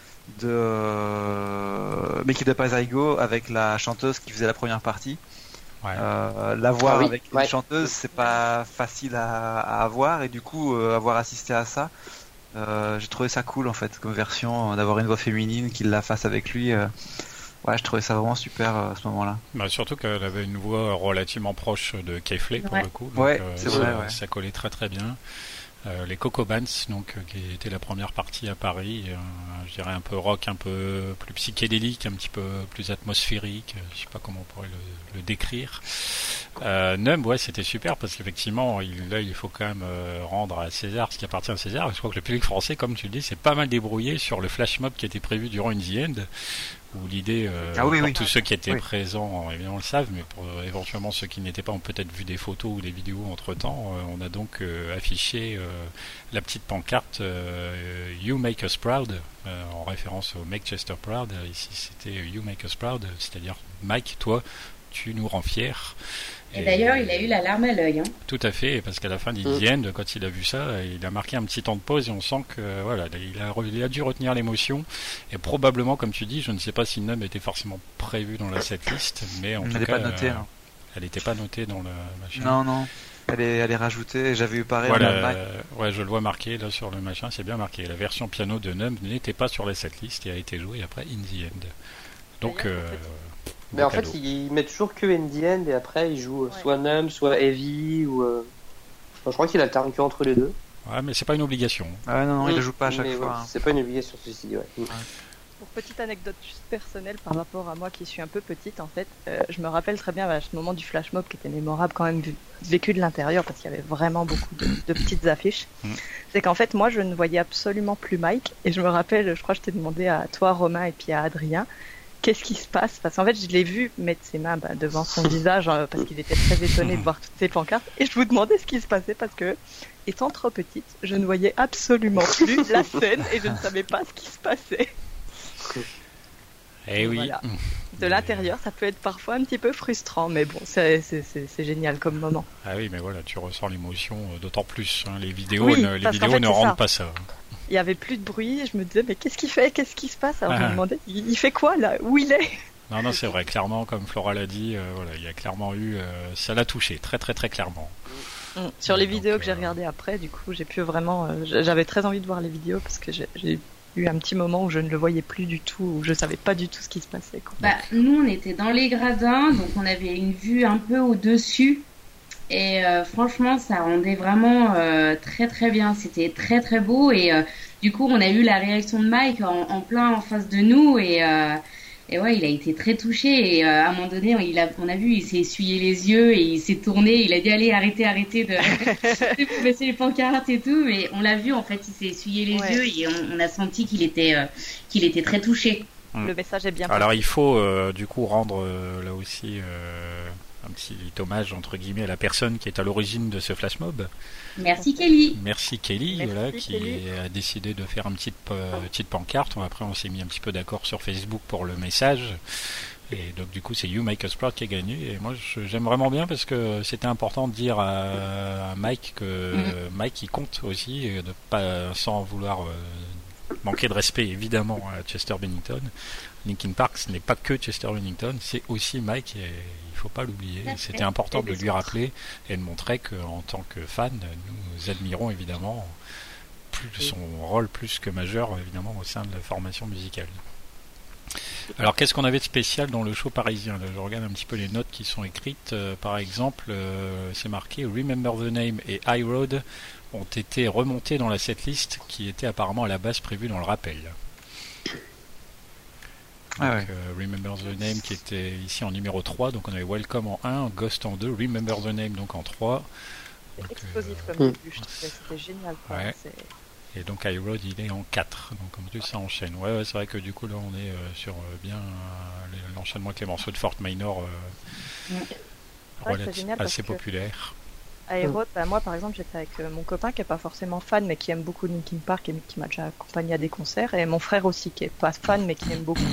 Make It Up As I Go avec la chanteuse qui faisait la première partie. Ouais. La voir avec une chanteuse, c'est pas facile à avoir, et du coup avoir assisté à ça, j'ai trouvé ça cool en fait comme version, d'avoir une voix féminine qui la fasse avec lui. Ouais, je trouvais ça vraiment super à ce moment-là. Surtout qu'elle avait une voix relativement proche de Keifley pour le coup. Donc, c'est vrai. Ça collait très très bien. Les Coco Bands, donc qui était la première partie à Paris, je dirais un peu rock, un peu plus psychédélique, un petit peu plus atmosphérique, je sais pas comment on pourrait le décrire. Numb, ouais, c'était super parce qu'effectivement, il faut quand même rendre à César ce qui appartient à César. Je crois que le public français, comme tu le dis, c'est pas mal débrouillé sur le flash mob qui était prévu durant In the End, où l'idée, pour tous ceux qui étaient présents, évidemment le savent, mais pour éventuellement ceux qui n'étaient pas ont peut-être vu des photos ou des vidéos entre-temps, on a donc affiché la petite pancarte You Make Us Proud, en référence au Make Chester Proud. Ici c'était You Make Us Proud, c'est-à-dire Mike, toi, tu nous rends fiers. Et d'ailleurs, il a eu la larme à l'œil. Hein. Tout à fait, parce qu'à la fin d'Indienne, quand il a vu ça, il a marqué un petit temps de pause et on sent que voilà, il a dû retenir l'émotion. Et probablement, comme tu dis, je ne sais pas si Numb était forcément prévu dans la setlist, mais en tout cas, elle n'était pas notée dans le machin. Non. Elle est rajoutée. J'avais eu pareil. Ouais, je le vois marqué là sur le machin, c'est bien marqué. La version piano de Numb n'était pas sur la setlist et a été jouée après In the End. Donc, Mais en fait, ils mettent toujours que in the end et après ils jouent soit numb, soit heavy ou. Je crois qu'il alterne que entre les deux. Ouais, mais c'est pas une obligation. Ah non, il ne joue pas à chaque fois. Ouais, c'est pas une obligation ceci dit, ouais. Pour petite anecdote juste personnelle par rapport à moi qui suis un peu petite, en fait, je me rappelle très bien ce moment du flash mob qui était mémorable quand même vécu de l'intérieur parce qu'il y avait vraiment beaucoup de petites affiches. C'est qu'en fait, moi, je ne voyais absolument plus Mike et je me rappelle, je crois que je t'ai demandé à toi, Romain, et puis à Adrien, qu'est-ce qui se passe? Parce qu'en fait, je l'ai vu mettre ses mains devant son visage parce qu'il était très étonné de voir toutes ces pancartes et je vous demandais ce qui se passait parce que, étant trop petite, je ne voyais absolument plus la scène et je ne savais pas ce qui se passait. Eh oui. Voilà. De l'intérieur, ça peut être parfois un petit peu frustrant, mais bon, c'est génial comme moment. Ah oui, mais voilà, tu ressens l'émotion d'autant plus. Hein. Les vidéos, Oui, ne rendent pas ça. Il y avait plus de bruit, je me disais, mais qu'est-ce qu'il fait? Qu'est-ce qui se passe? Alors je me demandais, il fait quoi là? Où il est? Non, c'est vrai, clairement, comme Flora l'a dit, voilà, il y a clairement eu. Ça l'a touché, très, très, très clairement. Sur les vidéos que j'ai regardées après, du coup, j'ai pu vraiment. J'avais très envie de voir les vidéos parce que j'ai eu un petit moment où je ne le voyais plus du tout, où je savais pas du tout ce qui se passait. Quoi. Bah, nous, on était dans les gradins, donc on avait une vue un peu au-dessus. Et franchement, ça rendait vraiment très très bien. C'était très très beau. Et du coup, on a eu la réaction de Mike en plein en face de nous. Et ouais, il a été très touché. Et à un moment donné, on a vu, il s'est essuyé les yeux et il s'est tourné. Il a dit allez, arrêtez de baisser les pancartes et tout. Mais on l'a vu, en fait, il s'est essuyé les yeux et on a senti qu'il était très touché. Le message est bien passé. Alors il faut du coup rendre là aussi un petit hommage entre guillemets à la personne qui est à l'origine de ce flash mob. Merci Kelly. Merci Kelly, Merci, voilà, Kelly. qui a décidé de faire une petite pancarte. Après on s'est mis un petit peu d'accord sur Facebook pour le message. Et donc du coup c'est You Make Us Proud qui a gagné. Et moi j'aime vraiment bien parce que c'était important de dire à Mike que Mike il compte aussi, et de pas sans vouloir manquer de respect évidemment à Chester Bennington. Linkin Park, ce n'est pas que Chester Bennington, c'est aussi Mike et il faut pas l'oublier. C'était important de lui rappeler et de montrer qu'en tant que fan, nous admirons évidemment son rôle plus que majeur évidemment au sein de la formation musicale. Alors qu'est-ce qu'on avait de spécial dans le show parisien? Là, je regarde un petit peu les notes qui sont écrites. Par exemple, c'est marqué Remember the Name et High Road ont été remontés dans la setlist qui était apparemment à la base prévue dans le rappel. Donc, Remember the Name qui était ici en numéro 3, donc on avait Welcome en 1, Ghost en 2, Remember the Name donc en 3. C'est explosif comme début, je trouvais, c'était génial. Quoi. Ouais. Et donc High Road il est en 4, donc en plus ça enchaîne. Ouais, c'est vrai que du coup là on est sur bien l'enchaînement avec les morceaux de Fort Minor assez populaire. High Road, moi par exemple j'étais avec mon copain qui est pas forcément fan mais qui aime beaucoup Linkin Park et qui m'a déjà accompagné à des concerts, et mon frère aussi qui est pas fan mais qui aime beaucoup.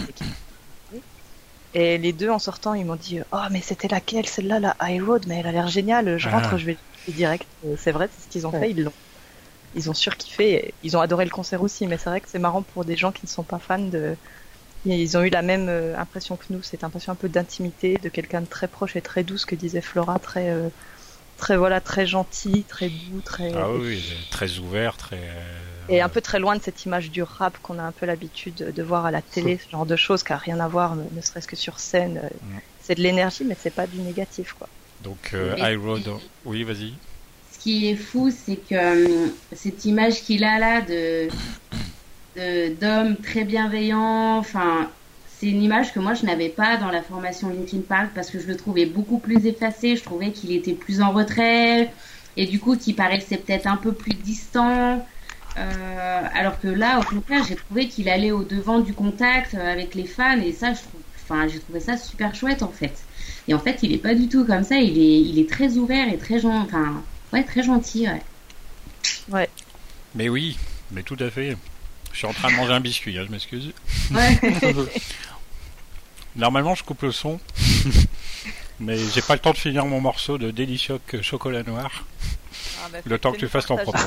Et les deux en sortant ils m'ont dit oh mais c'était laquelle celle-là, la High Road, mais elle a l'air géniale, je rentre, je vais direct. C'est vrai, c'est ce qu'ils ont fait, ils ont surkiffé, et ils ont adoré le concert aussi, mais c'est vrai que c'est marrant pour des gens qui ne sont pas fans ils ont eu la même impression que nous, cette impression un peu d'intimité, de quelqu'un de très proche et très doux, ce que disait Flora, très gentil, très doux, très ouvert, et un peu très loin de cette image du rap qu'on a un peu l'habitude de voir à la télé, ce genre de choses qui n'a rien à voir, ne serait-ce que sur scène. C'est de l'énergie, mais c'est pas du négatif, quoi. Donc High Road, oui, vas-y. Ce qui est fou, c'est que cette image qu'il a là d'homme très bienveillant, enfin, c'est une image que moi je n'avais pas dans la formation Linkin Park parce que je le trouvais beaucoup plus effacé, je trouvais qu'il était plus en retrait et du coup qu'il paraissait peut-être un peu plus distant, alors que là au contraire j'ai trouvé qu'il allait au devant du contact avec les fans, et ça j'ai trouvé ça super chouette en fait. Et en fait il est pas du tout comme ça, il est très ouvert et très très gentil. Ouais. Mais oui, mais tout à fait. Je suis en train de manger un biscuit, je m'excuse. Ouais. Normalement, je coupe le son, mais j'ai pas le temps de finir mon morceau de Délicieux chocolat noir. Le temps que tu fasses ton propos.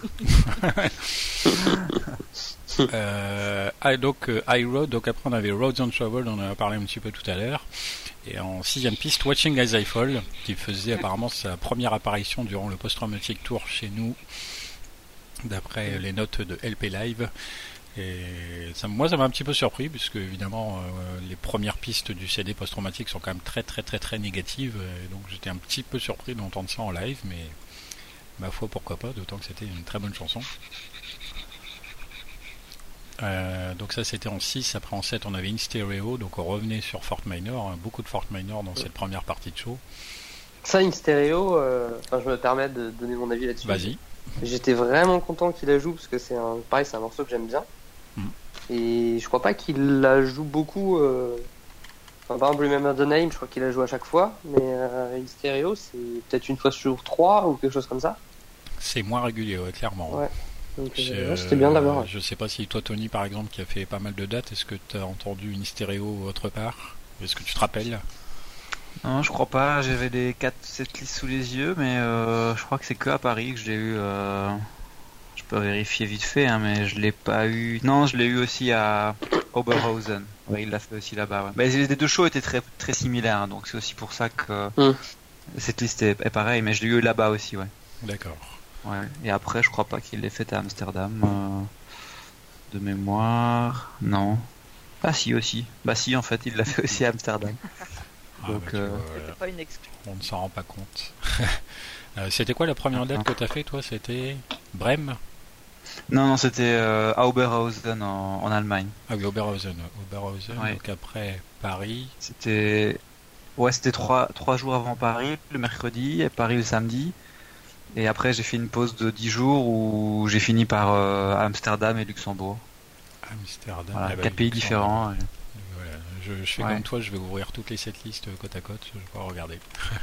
Donc High Road, donc après on avait Roads and Travel, on en a parlé un petit peu tout à l'heure. Et en 6ème piste, Watching As I Fall, qui faisait apparemment sa première apparition durant le Post Traumatic Tour chez nous, d'après les notes de LP Live. Et moi, ça m'a un petit peu surpris, puisque évidemment, les premières pistes du CD post-traumatique sont quand même très très très très négatives. Et donc j'étais un petit peu surpris d'entendre ça en live, mais ma foi, pourquoi pas, d'autant que c'était une très bonne chanson. Donc ça c'était en 6, après en 7 on avait In Stereo, donc on revenait sur Fort Minor, hein, beaucoup de Fort Minor dans cette première partie de show. Ça, In Stereo, je me permets de donner mon avis là-dessus. Vas-y. J'étais vraiment content qu'il la joue parce que c'est un morceau que j'aime bien. Et je crois pas qu'il la joue beaucoup. Par exemple, Remember the Name, je crois qu'il la joue à chaque fois, mais In Stereo, c'est peut-être une fois sur 3 ou quelque chose comme ça. C'est moins régulier, ouais, clairement. Ouais. Donc, c'était bien de l'avoir. Ouais. Je sais pas si toi, Tony, par exemple, qui a fait pas mal de dates, est-ce que tu as entendu In Stereo autre part? Est-ce que tu te rappelles? Non, je crois pas. J'avais les 4 setlists sous les yeux, mais je crois que c'est que à Paris que je l'ai eu. Je peux vérifier vite fait, hein, mais je l'ai pas eu. Non, je l'ai eu aussi à Oberhausen. Ouais, il l'a fait aussi là-bas. Ouais. Bah, les deux shows étaient très très similaires, hein, donc c'est aussi pour ça que cette liste est pareille. Mais je l'ai eu là-bas aussi, ouais. D'accord. Ouais. Et après, je crois pas qu'il l'ait fait à Amsterdam. De mémoire, non. Ah si aussi. Bah si, en fait, il l'a fait aussi à Amsterdam. Donc, c'était pas une excuse. On ne s'en rend pas compte. C'était quoi la première date que tu as fait, toi? C'était Brême? Non, c'était à Oberhausen en Allemagne. Ah oui, Oberhausen. Ouais. Donc après Paris. C'était 3 jours avant Paris, le mercredi, et Paris le samedi. Et après, j'ai fait une pause de 10 jours où j'ai fini par Amsterdam et Luxembourg. Amsterdam. Voilà, 4 pays différents. Et... Voilà. Je fais comme toi, je vais ouvrir toutes les setlists côte à côte, je vais pas regarder.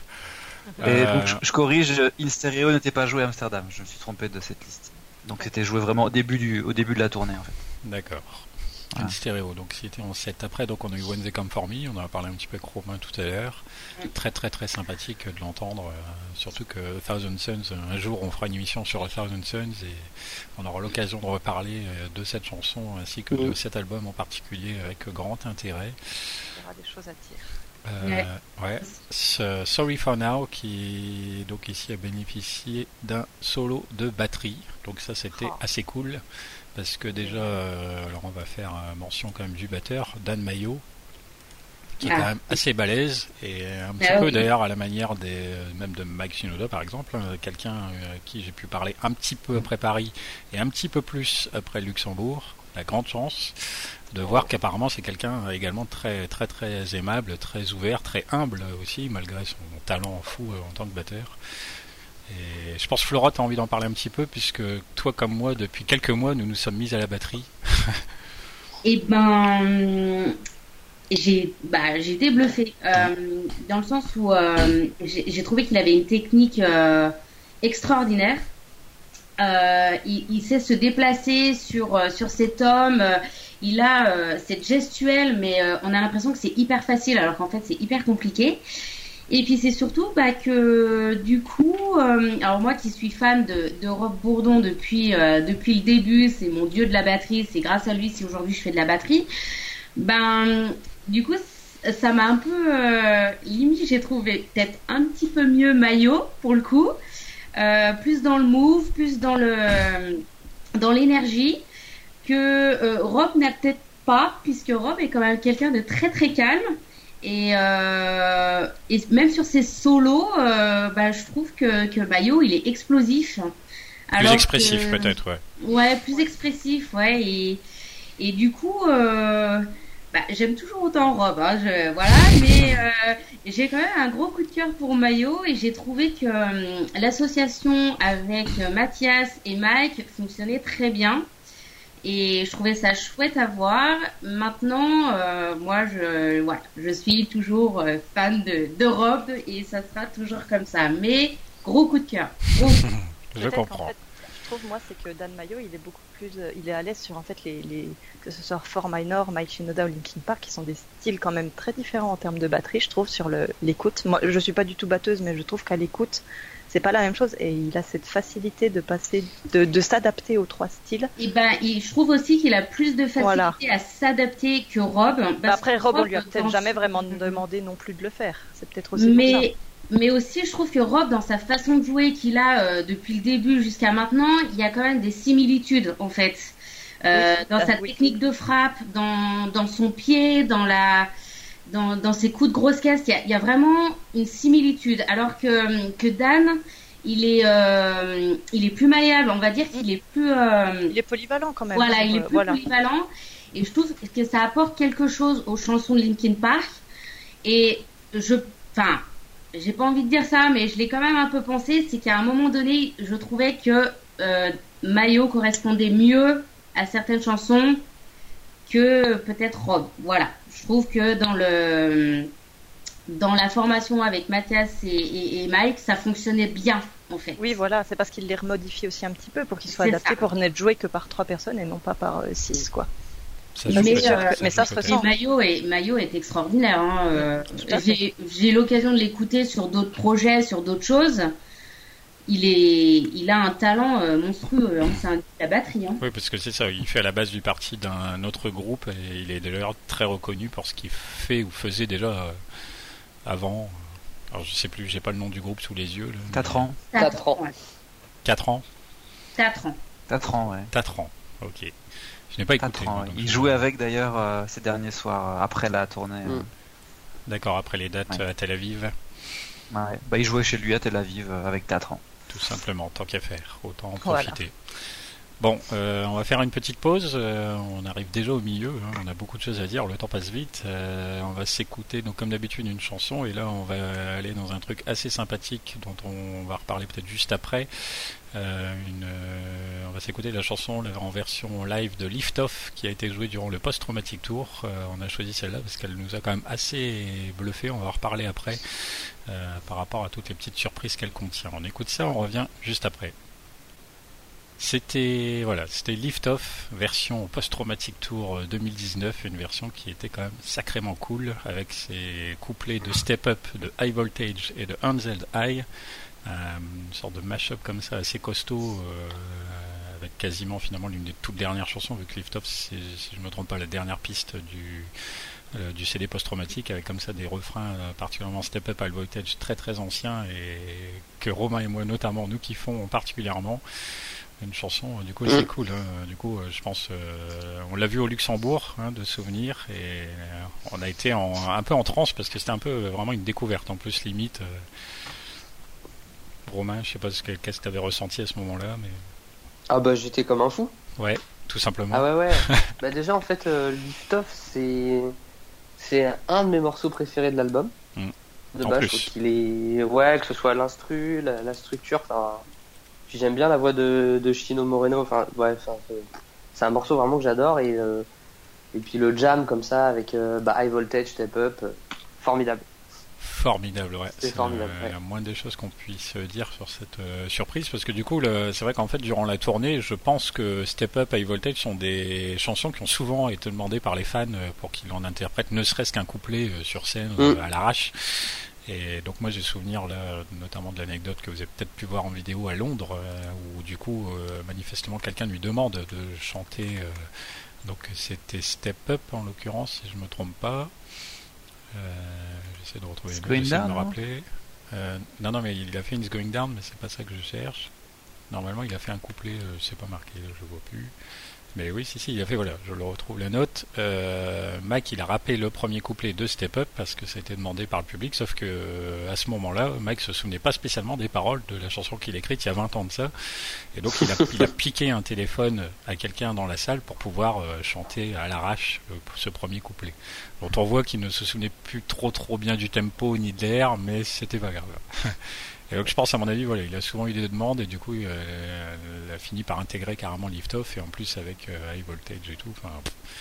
Et donc je corrige, In Stereo n'était pas joué à Amsterdam, je me suis trompé de cette liste. Donc c'était joué vraiment au début de la tournée en fait. D'accord. Voilà. In Stereo, donc c'était en 7. Après, donc on a eu When They Come For Me, on en a parlé un petit peu avec Romain tout à l'heure. Très très très sympathique de l'entendre, surtout que Thousand Suns, un jour on fera une émission sur Thousand Suns et on aura l'occasion de reparler de cette chanson ainsi que de cet album en particulier avec grand intérêt. Il y aura des choses à dire. Ouais. Sorry for Now qui donc ici a bénéficié d'un solo de batterie, donc ça c'était assez cool parce que déjà alors on va faire mention quand même du batteur Dan Mayo qui est quand même assez balèze et un petit peu d'ailleurs à la manière même de Mike Shinoda par exemple, quelqu'un qui j'ai pu parler un petit peu après Paris et un petit peu plus après Luxembourg. La grande chance de voir qu'apparemment c'est quelqu'un également très très très aimable, très ouvert, très humble aussi, malgré son talent fou en tant que batteur. Et je pense Flora, tu as envie d'en parler un petit peu, puisque toi comme moi, depuis quelques mois, nous nous sommes mis à la batterie. Eh ben, j'ai été bluffée, dans le sens où j'ai trouvé qu'il avait une technique extraordinaire. Il sait se déplacer sur cet homme. Il a cette gestuelle, mais on a l'impression que c'est hyper facile, alors qu'en fait c'est hyper compliqué. Et puis c'est surtout que du coup, alors moi qui suis fan de Rob Bourdon depuis le début, c'est mon dieu de la batterie, c'est grâce à lui si aujourd'hui je fais de la batterie. Du coup ça m'a un peu limite, j'ai trouvé peut-être un petit peu mieux Mayo pour le coup. Plus dans le move, plus dans l'énergie que Rob n'a peut-être pas, puisque Rob est quand même quelqu'un de très très calme et même sur ses solos, je trouve que Mayo il est explosif. Plus expressif peut-être, ouais. Ouais, plus expressif, ouais, et du coup j'aime toujours autant Rob, hein, mais j'ai quand même un gros coup de cœur pour Mayo et j'ai trouvé que l'association avec Mathias et Mike fonctionnait très bien et je trouvais ça chouette à voir. Maintenant, moi je suis toujours fan de Rob et ça sera toujours comme ça, mais gros coup de cœur. Je comprends. Je trouve moi c'est que Dan Mayo il est beaucoup plus il est à l'aise sur en fait les que ce soit Fort Minor, Mike Shinoda ou Linkin Park qui sont des styles quand même très différents en termes de batterie, je trouve, sur l'écoute. Moi je suis pas du tout batteuse mais je trouve qu'à l'écoute c'est pas la même chose et il a cette facilité de passer de s'adapter aux trois styles. Et je trouve aussi qu'il a plus de facilité à s'adapter que Rob. Après Rob on lui a peut-être jamais vraiment demandé non plus de le faire. C'est peut-être aussi pour ça. Mais aussi, je trouve que Rob, dans sa façon de jouer qu'il a depuis le début jusqu'à maintenant, il y a quand même des similitudes, en fait. dans sa technique de frappe, dans son pied, dans ses coups de grosse caisse. Il y a vraiment une similitude. Alors que Dan, il est plus malléable. On va dire qu'il est plus. Il est polyvalent quand même. Voilà, il est plus polyvalent. Et je trouve que ça apporte quelque chose aux chansons de Linkin Park. Et j'ai pas envie de dire ça, mais je l'ai quand même un peu pensé. C'est qu'à un moment donné, je trouvais que Mayo correspondait mieux à certaines chansons que peut-être Rob. Voilà. Je trouve que dans la formation avec Mathias et Mike, ça fonctionnait bien, en fait. Oui, voilà, c'est parce qu'il les remodifie aussi un petit peu pour qu'ils soient adaptés pour n'être joués que par 3 personnes et non pas par 6, quoi. Mais ça se ressent. Et Mayo est extraordinaire. Hein. J'ai l'occasion de l'écouter sur d'autres projets, sur d'autres choses. Il a un talent monstrueux. C'est la batterie. Hein. Oui, parce que c'est ça. Il fait à la base du parti d'un autre groupe et il est d'ailleurs très reconnu pour ce qu'il fait ou faisait déjà avant. Alors je sais plus, j'ai pas le nom du groupe sous les yeux. Là, 4 ans. 4 ans. Ouais. 4 ans. 4 ans. 4 ans, ouais. 4 ans. Ok. Je n'ai pas écouté. Ans, ouais. Il jouait avec d'ailleurs ces derniers soirs après la tournée. D'accord, après les dates à Tel Aviv. Ouais. Bah, il jouait chez lui à Tel Aviv avec 4 ans. Tout simplement, tant qu'à faire, autant en profiter. Bon, on va faire une petite pause. On arrive déjà au milieu. Hein, on a beaucoup de choses à dire. Le temps passe vite. On va s'écouter, donc comme d'habitude, une chanson. Et là, on va aller dans un truc assez sympathique dont on va reparler peut-être juste après. On va s'écouter la chanson en version live de Lift Off qui a été jouée durant le Post-Traumatic Tour. On a choisi celle-là parce qu'elle nous a quand même assez bluffé. On va en reparler après par rapport à toutes les petites surprises qu'elle contient. On écoute ça, on revient juste après. C'était Lift Off version Post-Traumatic Tour 2019, une version qui était quand même sacrément cool avec ses couplets de Step Up, de High Voltage et de Unzeld High. Une sorte de mash-up comme ça assez costaud avec quasiment finalement l'une des toutes dernières chansons vu que Lift Off c'est, si je ne me trompe pas, la dernière piste du CD post-traumatique avec comme ça des refrains particulièrement Step Up, High Voltage très très anciens et que Romain et moi notamment nous kiffons particulièrement. Une chanson, du coup c'est cool, hein. Du coup je pense on l'a vu au Luxembourg de souvenir et on a été un peu en transe parce que c'était un peu vraiment une découverte en plus limite. Romain, je sais pas qu'est-ce que tu avais ressenti à ce moment-là, mais... Ah bah j'étais comme un fou. Ouais, tout simplement. Ah ouais. Bah déjà en fait, Lift Off c'est un de mes morceaux préférés de l'album. De base, je trouve qu'il est... Ouais, que ce soit l'instru, la structure, enfin... Puis j'aime bien la voix de Chino Moreno, enfin, ouais, c'est un morceau vraiment que j'adore et puis le jam comme ça avec High Voltage, Step Up, formidable. Formidable, ouais. C'est formidable. La moindre des choses qu'on puisse dire sur cette surprise, parce que du coup, c'est vrai qu'en fait, durant la tournée, je pense que Step Up, High Voltage sont des chansons qui ont souvent été demandées par les fans pour qu'ils en interprètent, ne serait-ce qu'un couplet sur scène à l'arrache. Et donc moi j'ai souvenir là, notamment de l'anecdote que vous avez peut-être pu voir en vidéo à Londres, où du coup manifestement quelqu'un lui demande de chanter. Donc c'était Step Up en l'occurrence, si je me trompe pas. J'essaie de retrouver les mots, j'essaie de me rappeler. Non, mais il a fait It's Going Down, mais c'est pas ça que je cherche. Normalement, il a fait un couplet, c'est pas marqué, je vois plus. Mais oui, si, il a fait, voilà, je le retrouve la note. Mike, il a rappelé le premier couplet de Step Up parce que ça a été demandé par le public, sauf que à ce moment-là, Mike se souvenait pas spécialement des paroles de la chanson qu'il a écrite il y a 20 ans de ça. Et donc, il a piqué un téléphone à quelqu'un dans la salle pour pouvoir chanter à l'arrache ce premier couplet. Donc, on voit qu'il ne se souvenait plus trop bien du tempo ni de l'air, mais c'était pas grave. Et donc je pense à mon avis, voilà, il a souvent eu des demandes et du coup il a fini par intégrer carrément Lift Off et en plus avec High Voltage et tout, enfin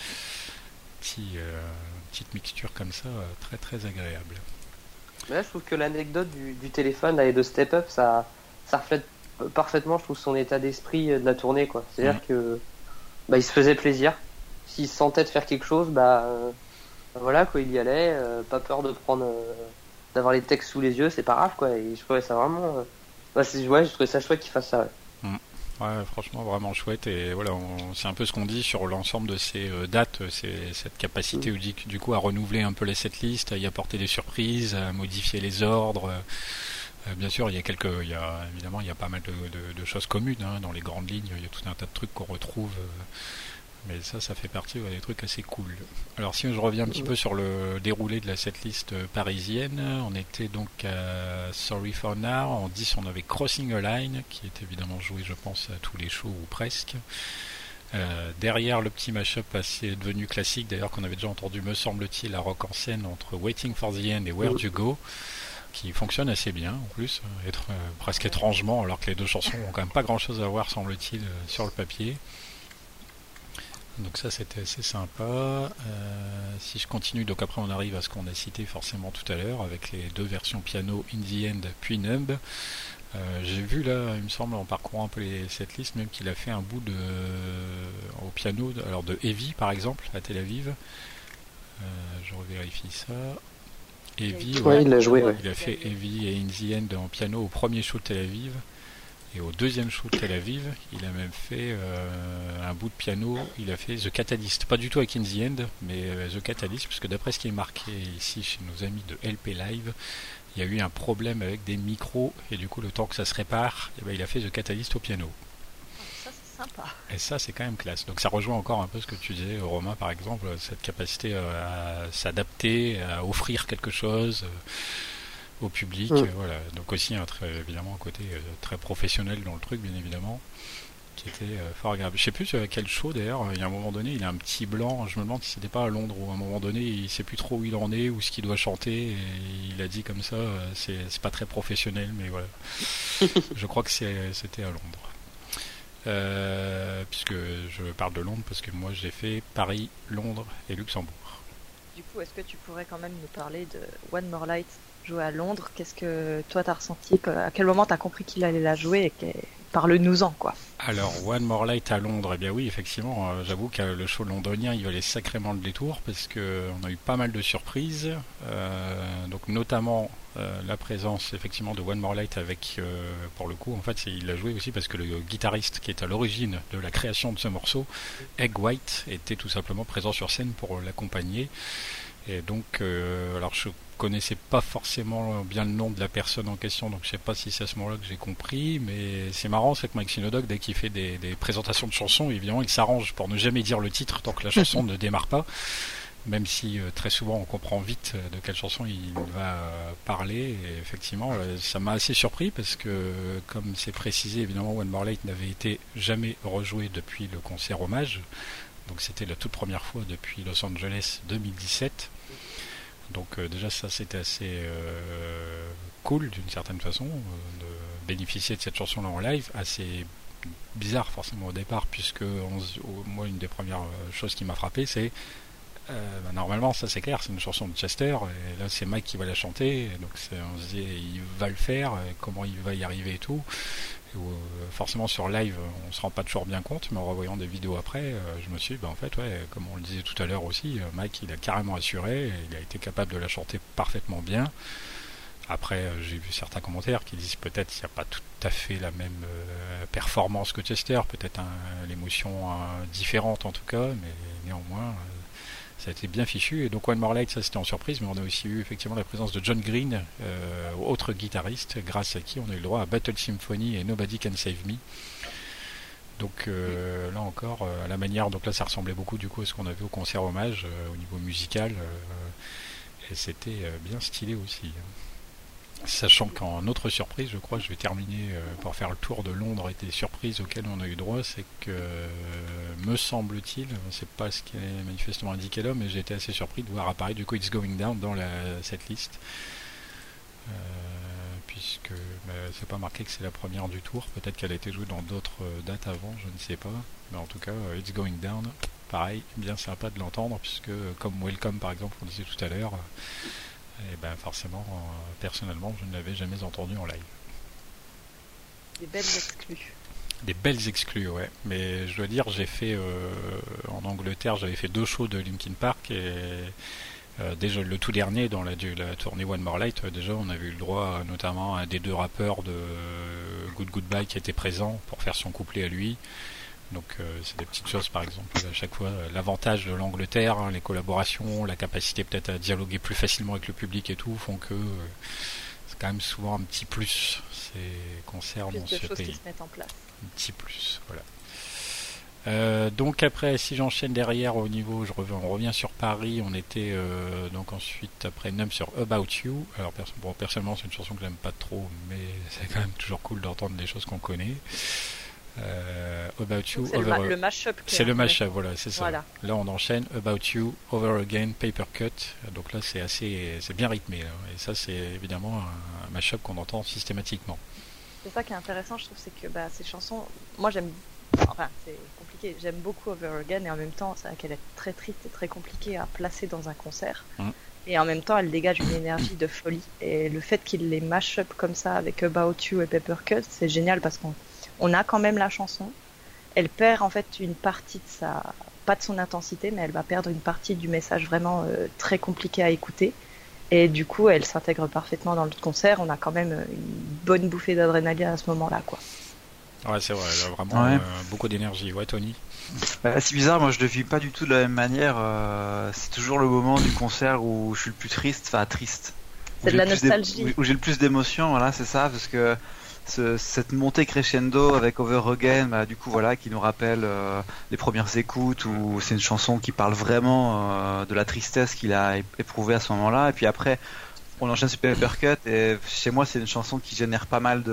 petite mixture comme ça, très très agréable. Mais là je trouve que l'anecdote du téléphone là, et de Step Up, ça reflète parfaitement, je trouve, son état d'esprit de la tournée, quoi. C'est-à-dire que il se faisait plaisir, s'il se sentait de faire quelque chose, voilà quoi, il y allait, pas peur de prendre d'avoir les textes sous les yeux, c'est pas grave quoi, et je trouvais ça vraiment je trouvais ça chouette qu'il fasse ça. Ouais, franchement vraiment chouette, et voilà, c'est un peu ce qu'on dit sur l'ensemble de ces dates, c'est cette capacité du coup à renouveler un peu les setlists, à y apporter des surprises, à modifier les ordres. Bien sûr, il y a pas mal de choses communes dans les grandes lignes, il y a tout un tas de trucs qu'on retrouve Mais ça fait partie des trucs assez cool. Alors si je reviens un petit peu sur le déroulé de la setlist parisienne, on était donc à Sorry for Now. En 10, on avait Crossing a Line, qui est évidemment joué, je pense, à tous les shows ou presque. Derrière, le petit mashup assez devenu classique, d'ailleurs qu'on avait déjà entendu, me semble-t-il, à Rock en scène, entre Waiting for the End et Where You Go, qui fonctionne assez bien en plus, presque étrangement, alors que les deux chansons ont quand même pas grand-chose à voir, semble-t-il, sur le papier. Donc ça c'était assez sympa. Si je continue, donc après on arrive à ce qu'on a cité forcément tout à l'heure avec les deux versions piano In the End puis Numb. J'ai vu là, il me semble, en parcourant un peu cette liste, même qu'il a fait un bout au piano, alors de Heavy par exemple à Tel Aviv. Je revérifie ça. Heavy, ouais, il l'a joué. Ouais. Il a fait Heavy et In the End en piano au premier show de Tel Aviv. Et au deuxième show de Tel Aviv, il a même fait un bout de piano, il a fait The Catalyst, pas du tout avec In the End, mais The Catalyst, puisque d'après ce qui est marqué ici chez nos amis de LP Live, il y a eu un problème avec des micros, et du coup le temps que ça se répare, et ben, il a fait The Catalyst au piano. Ça c'est sympa. Et ça c'est quand même classe. Donc ça rejoint encore un peu ce que tu disais, Romain par exemple, cette capacité à s'adapter, à offrir quelque chose au public, voilà. Donc aussi évidemment un côté très professionnel dans le truc, bien évidemment, qui était fort agréable. Je sais plus à quel show d'ailleurs, il y a un moment donné, il a un petit blanc, je me demande si c'était pas à Londres, où à un moment donné il sait plus trop où il en est, ou ce qu'il doit chanter, et il a dit comme ça, c'est pas très professionnel, mais voilà. Je crois que c'était à Londres. Puisque je parle de Londres, parce que moi j'ai fait Paris, Londres et Luxembourg. Du coup, est-ce que tu pourrais quand même nous parler de One More Light jouée à Londres? Qu'est-ce que toi t'as ressenti? À quel moment t'as compris qu'il allait la jouer? Et parle-nous-en, quoi. Alors, One More Light à Londres, eh bien oui, effectivement, j'avoue que le show londonien, il valait sacrément le détour, parce qu'on a eu pas mal de surprises, donc notamment la présence effectivement de One More Light avec, pour le coup, en fait, il l'a joué aussi parce que le guitariste qui est à l'origine de la création de ce morceau, Egg White, était tout simplement présent sur scène pour l'accompagner. Et donc, alors je connaissais pas forcément bien le nom de la personne en question, donc je sais pas si c'est à ce moment-là que j'ai compris, mais c'est marrant, c'est que Mike Shinoda, dès qu'il fait des présentations de chansons, évidemment, il s'arrange pour ne jamais dire le titre tant que la chanson ne démarre pas, même si très souvent on comprend vite de quelle chanson il va parler, et effectivement, ça m'a assez surpris, parce que, comme c'est précisé, évidemment, One More Light n'avait été jamais rejoué depuis le concert hommage. Donc c'était la toute première fois depuis Los Angeles 2017. Donc déjà ça c'était assez cool d'une certaine façon de bénéficier de cette chanson-là en live. Assez bizarre forcément au départ, puisque moi une des premières choses qui m'a frappé c'est normalement ça c'est clair, c'est une chanson de Chester et là c'est Mike qui va la chanter, et donc on se dit il va le faire, comment il va y arriver et tout. Forcément sur live on se rend pas toujours bien compte, mais en revoyant des vidéos après, je me suis dit en fait ouais, comme on le disait tout à l'heure aussi, Mike il a carrément assuré, et il a été capable de la chanter parfaitement bien. Après j'ai vu certains commentaires qui disent peut-être qu'il n'y a pas tout à fait la même performance que Chester, peut-être l'émotion différente en tout cas, mais néanmoins ça a été bien fichu. Et donc One More Light, ça c'était en surprise, mais on a aussi eu effectivement la présence de John Green, autre guitariste, grâce à qui on a eu le droit à Battle Symphony et Nobody Can Save Me. Donc là encore, à la manière, donc là ça ressemblait beaucoup du coup à ce qu'on avait au concert hommage au niveau musical, et c'était bien stylé aussi. Sachant qu'en autre surprise, je crois que je vais terminer par faire le tour de Londres et des surprises auxquelles on a eu droit, c'est que, me semble-t-il, c'est pas ce qui est manifestement indiqué là, mais j'ai été assez surpris de voir apparaître du coup It's Going Down dans cette liste, puisque c'est pas marqué que c'est la première du tour, peut-être qu'elle a été jouée dans d'autres dates avant, je ne sais pas, mais en tout cas It's Going Down, pareil, bien sympa de l'entendre, puisque comme Welcome par exemple, on disait tout à l'heure, et ben forcément, personnellement, je ne l'avais jamais entendu en live. Des belles exclus. Des belles exclus, ouais. Mais je dois dire, j'ai fait en Angleterre, j'avais fait 2 shows de Linkin Park, et déjà le tout dernier dans la tournée One More Light, déjà on avait eu le droit notamment à un des 2 rappeurs de Good Goodbye qui était présent pour faire son couplet à lui. Donc c'est des petites choses, par exemple, à chaque fois, l'avantage de l'Angleterre, hein, les collaborations, la capacité peut-être à dialoguer plus facilement avec le public et tout, font que c'est quand même souvent un petit plus, ces concerts dans ce pays. Qui se mettent en place. Un petit plus, voilà. Donc après, si j'enchaîne derrière au niveau, on revient sur Paris, on était donc ensuite après Numb sur About You. Alors personnellement c'est une chanson que j'aime pas trop, mais c'est quand même toujours cool d'entendre des choses qu'on connaît. About You, c'est le mashup. C'est le mashup, voilà, c'est ça. Voilà. Là on enchaîne About You, Over Again, Paper Cut. Donc là c'est bien rythmé là. Et ça c'est évidemment un mashup qu'on entend systématiquement. C'est ça qui est intéressant, je trouve, c'est que ces chansons, moi j'aime. Enfin, c'est compliqué. J'aime beaucoup Over Again et en même temps, c'est vrai qu'elle est très triste et très compliquée à placer dans un concert. Et en même temps, elle dégage une énergie de folie. Et le fait qu'il les mash up comme ça avec About You et Paper Cut, c'est génial parce qu'on a quand même la chanson. Elle perd en fait une partie de pas de son intensité, mais elle va perdre une partie du message vraiment très compliqué à écouter. Et du coup, elle s'intègre parfaitement dans le concert. On a quand même une bonne bouffée d'adrénaline à ce moment-là, quoi. Ouais, c'est vrai, elle a vraiment beaucoup d'énergie. Ouais, Tony. C'est bizarre, moi je le vis pas du tout de la même manière. C'est toujours le moment du concert où je suis le plus triste. C'est de la nostalgie. Où j'ai le plus d'émotions, voilà, c'est ça, parce que cette montée crescendo avec Over Again, du coup voilà, qui nous rappelle les premières écoutes où c'est une chanson qui parle vraiment de la tristesse qu'il a éprouvée à ce moment-là. Et puis après, on enchaîne sur Paper Cut et chez moi c'est une chanson qui génère pas mal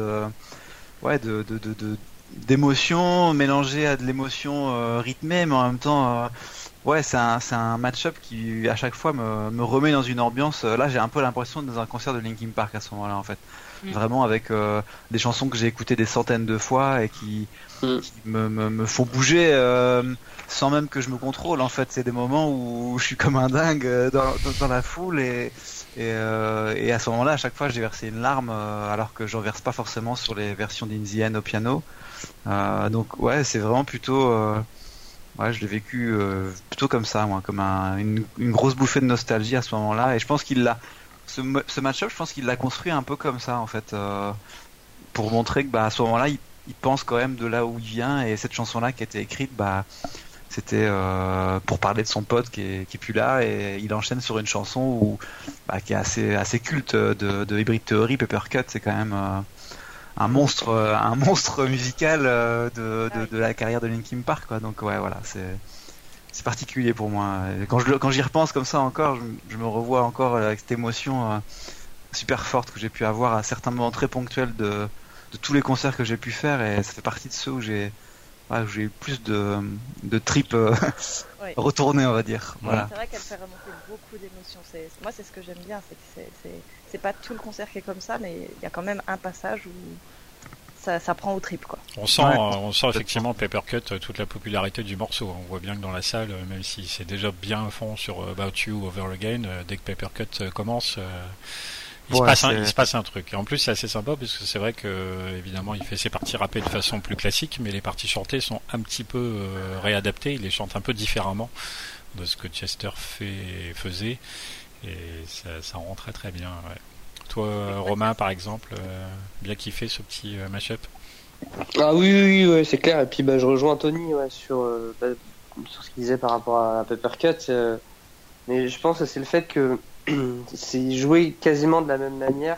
d'émotions mélangées à de l'émotion rythmée, mais en même temps c'est un match-up qui à chaque fois me remet dans une ambiance. Là j'ai un peu l'impression d'être dans un concert de Linkin Park à ce moment-là en fait, vraiment avec des chansons que j'ai écoutées des centaines de fois et qui me font bouger sans même que je me contrôle en fait. C'est des moments où je suis comme un dingue dans la foule et à ce moment-là, à chaque fois, j'ai versé une larme, alors que j'en verse pas forcément sur les versions d'In the End au piano. Donc ouais, c'est vraiment plutôt, je l'ai vécu plutôt comme ça, moi, comme une grosse bouffée de nostalgie à ce moment-là. Et je pense ce match-up, je pense qu'il l'a construit un peu comme ça, en fait, pour montrer que à ce moment-là, il pense quand même de là où il vient. Et cette chanson-là qui a été écrite, c'était pour parler de son pote qui est plus là, et il enchaîne sur une chanson qui est assez culte de Hybrid Theory. Paper Cut, c'est quand même un monstre musical de la carrière de Linkin Park, quoi. Donc ouais, voilà, c'est particulier pour moi. Et quand j'y repense comme ça encore, je me revois encore avec cette émotion super forte que j'ai pu avoir à certains moments très ponctuels de tous les concerts que j'ai pu faire, et ça fait partie de ceux où j'ai eu plus de tripes retournées, on va dire. Voilà. C'est vrai qu'elle fait remonter beaucoup d'émotions. Moi, c'est ce que j'aime bien, c'est que c'est pas tout le concert qui est comme ça, mais il y a quand même un passage où ça prend aux tripes, quoi. On sent effectivement Paper Cut, toute la popularité du morceau. On voit bien que dans la salle, même si c'est déjà bien à fond sur About You, Over Again, dès que Paper Cut commence, il se passe un truc. Et en plus, c'est assez sympa parce que c'est vrai que évidemment, il fait ses parties rappées de façon plus classique, mais les parties chantées sont un petit peu réadaptées. Il les chante un peu différemment de ce que Chester faisait, et ça rend très très bien. Ouais. Toi, Romain, par exemple, bien kiffé ce petit mashup. Ah oui, c'est clair. Et puis je rejoins Tony sur ce qu'il disait par rapport à Paper Cut. Mais je pense que c'est le fait que c'est joué quasiment de la même manière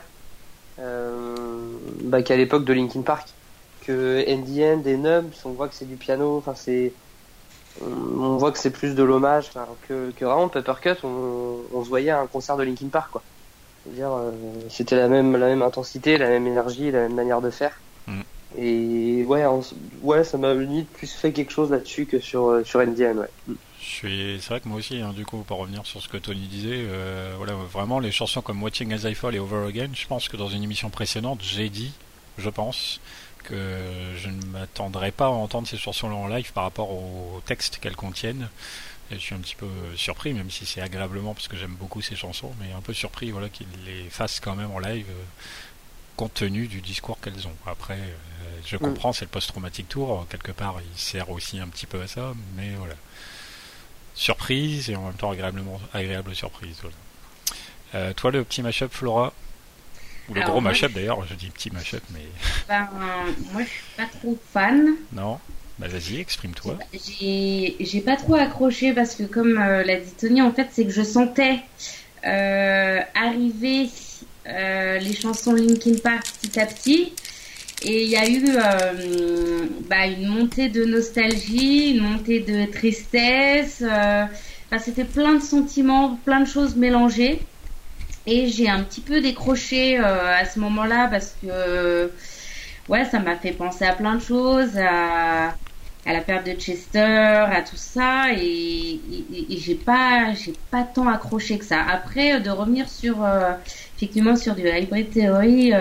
qu'à l'époque de Linkin Park, que In the End et Numb, on voit que c'est du piano, enfin on voit que c'est plus de l'hommage, que vraiment Paper Cut, on se voyait à un concert de Linkin Park, quoi. C'est-à-dire c'était la même intensité, la même énergie, la même manière de faire. Et ça m'a limite plus fait quelque chose là-dessus que sur In the End, C'est vrai que moi aussi, du coup, pour revenir sur ce que Tony disait, vraiment les chansons comme Watching As I Fall et Over Again, je pense que dans une émission précédente, j'ai dit, je pense, que je ne m'attendrais pas à entendre ces chansons-là en live par rapport au texte qu'elles contiennent. Et je suis un petit peu surpris, même si c'est agréablement, parce que j'aime beaucoup ces chansons, mais un peu surpris qu'ils les fassent quand même en live, compte tenu du discours qu'elles ont. Après, je comprends, c'est le post-traumatic tour, quelque part, il sert aussi un petit peu à ça, mais voilà. Surprise et en même temps agréable surprise. Voilà. Toi, le petit mashup, Flora, ou le gros mashup d'ailleurs, je dis petit mashup, mais. Moi, je suis pas trop fan. Non. Vas-y, exprime-toi. J'ai pas trop accroché parce que, comme l'a dit Tony, en fait, c'est que je sentais arriver les chansons Linkin Park petit à petit. Et il y a eu une montée de nostalgie, une montée de tristesse. C'était plein de sentiments, plein de choses mélangées. Et j'ai un petit peu décroché à ce moment-là parce que ça m'a fait penser à plein de choses, à la perte de Chester, à tout ça, et j'ai pas tant accroché que ça. Après, de revenir effectivement sur du Hybrid Theory,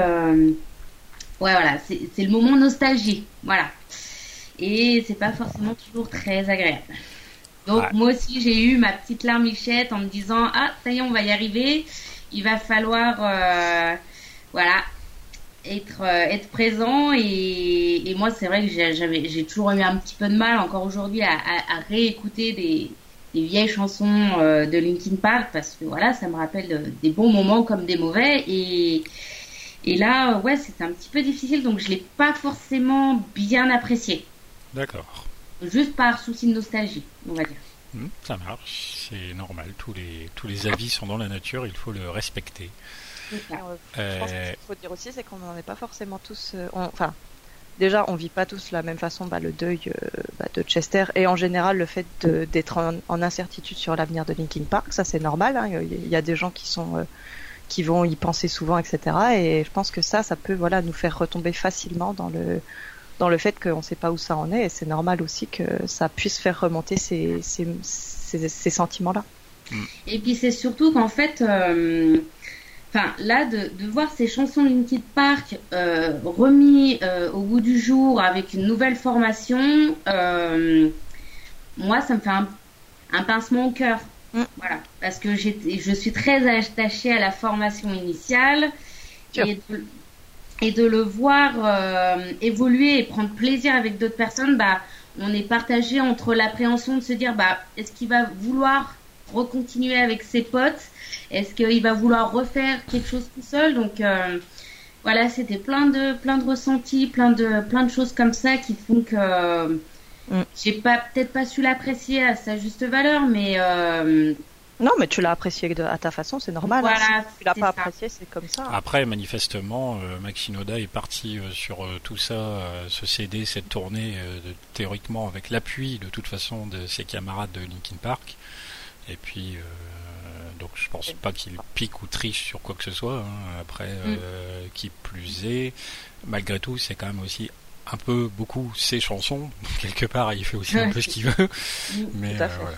c'est le moment nostalgie, voilà. Et c'est pas forcément toujours très agréable. Donc moi aussi j'ai eu ma petite larmichette en me disant ça y est, on va y arriver. Il va falloir être présent, et moi c'est vrai que j'ai toujours eu un petit peu de mal encore aujourd'hui à réécouter des vieilles chansons de Linkin Park, parce que ça me rappelle des bons moments comme des mauvais, et là c'est un petit peu difficile, donc je l'ai pas forcément bien apprécié. D'accord. Juste par souci de nostalgie, on va dire. Ça marche, c'est normal, tous les avis sont dans la nature, il faut le respecter. Je pense qu'il faut dire aussi, c'est qu'on n'en est pas forcément tous. Déjà, on vit pas tous de la même façon le deuil de Chester, et en général le fait d'être en incertitude sur l'avenir de Linkin Park, ça c'est normal. Il y a des gens qui vont y penser souvent, etc. Et je pense que ça peut nous faire retomber facilement dans le fait qu'on ne sait pas où ça en est, et c'est normal aussi que ça puisse faire remonter ces sentiments-là. Et puis c'est surtout qu'en fait. Là, de voir ces chansons de Linkin Park remis au goût du jour avec une nouvelle formation, moi, ça me fait un pincement au cœur. Voilà, parce que je suis très attachée à la formation initiale, et de le voir évoluer et prendre plaisir avec d'autres personnes, on est partagé entre l'appréhension de se dire, est-ce qu'il va vouloir recontinuer avec ses potes? Est-ce qu'il va vouloir refaire quelque chose tout seul? Donc c'était plein de ressentis, plein de choses comme ça qui font que j'ai peut-être pas su l'apprécier à sa juste valeur, mais non, mais tu l'as apprécié à ta façon, c'est normal. Voilà, si tu l'as pas apprécié, c'est comme ça. Après, manifestement, Mike Shinoda est parti sur tout ça, ce CD, cette tournée, théoriquement avec l'appui de toute façon de ses camarades de Linkin Park. Et puis donc je pense pas qu'il pique ou triche sur quoi que ce soit. Après, qui plus est, malgré tout, c'est quand même aussi un peu beaucoup ses chansons. Donc, quelque part, il fait aussi un peu ce qu'il veut. Mais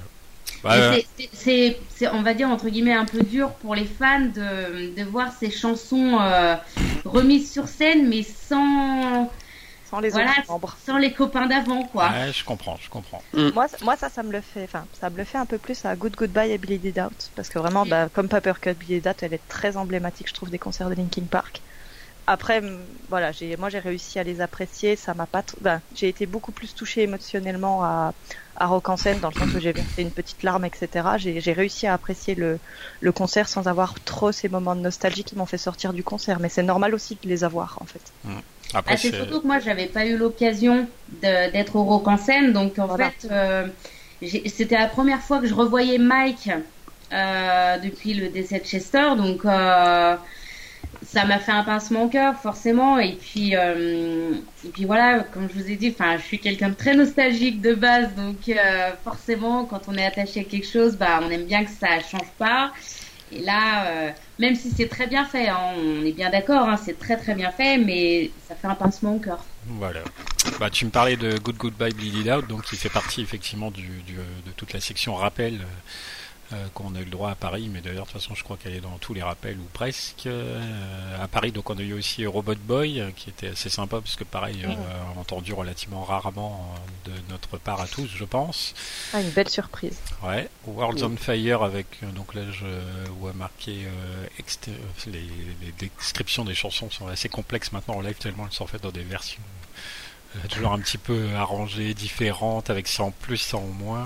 c'est, on va dire entre guillemets, un peu dur pour les fans de voir ces chansons remises sur scène, mais sans les autres membres, sans les copains d'avant, quoi. Ouais, je comprends. Moi ça me le fait, ça me le fait un peu plus à Good Goodbye et Bleed It Out, parce que vraiment, comme Papercut, Bleed It Out, elle est très emblématique, je trouve, des concerts de Linkin Park. Après, j'ai réussi à les apprécier, ça m'a pas j'ai été beaucoup plus touchée émotionnellement à Rock en scène, dans le sens où j'ai versé une petite larme, etc. J'ai réussi à apprécier le concert sans avoir trop ces moments de nostalgie qui m'ont fait sortir du concert, mais c'est normal aussi de les avoir, en fait. Après, c'est surtout que moi j'avais pas eu l'occasion d'être au Rock en scène, donc en fait c'était la première fois que je revoyais Mike depuis le décès de Chester, donc ça m'a fait un pincement au cœur, forcément. Et puis voilà, comme je vous ai dit, je suis quelqu'un de très nostalgique de base, donc forcément quand on est attaché à quelque chose, on aime bien que ça change pas. Et là, même si c'est très bien fait, on est bien d'accord, c'est très très bien fait, mais ça fait un pincement au cœur. Voilà. Tu me parlais de Good Goodbye Bleed It Out, donc il fait partie effectivement de toute la section rappel qu'on a eu le droit à Paris, mais d'ailleurs de toute façon je crois qu'elle est dans tous les rappels ou presque. À Paris, donc on a eu aussi Robot Boy, qui était assez sympa, parce que pareil, entendu relativement rarement de notre part à tous, je pense. Une belle surprise. Ouais. Worlds on Fire, avec donc là où a marqué les descriptions des chansons sont assez complexes maintenant en live, tellement elles sont faites dans des versions toujours un petit peu arrangées, différentes, avec ça en plus, ça en moins.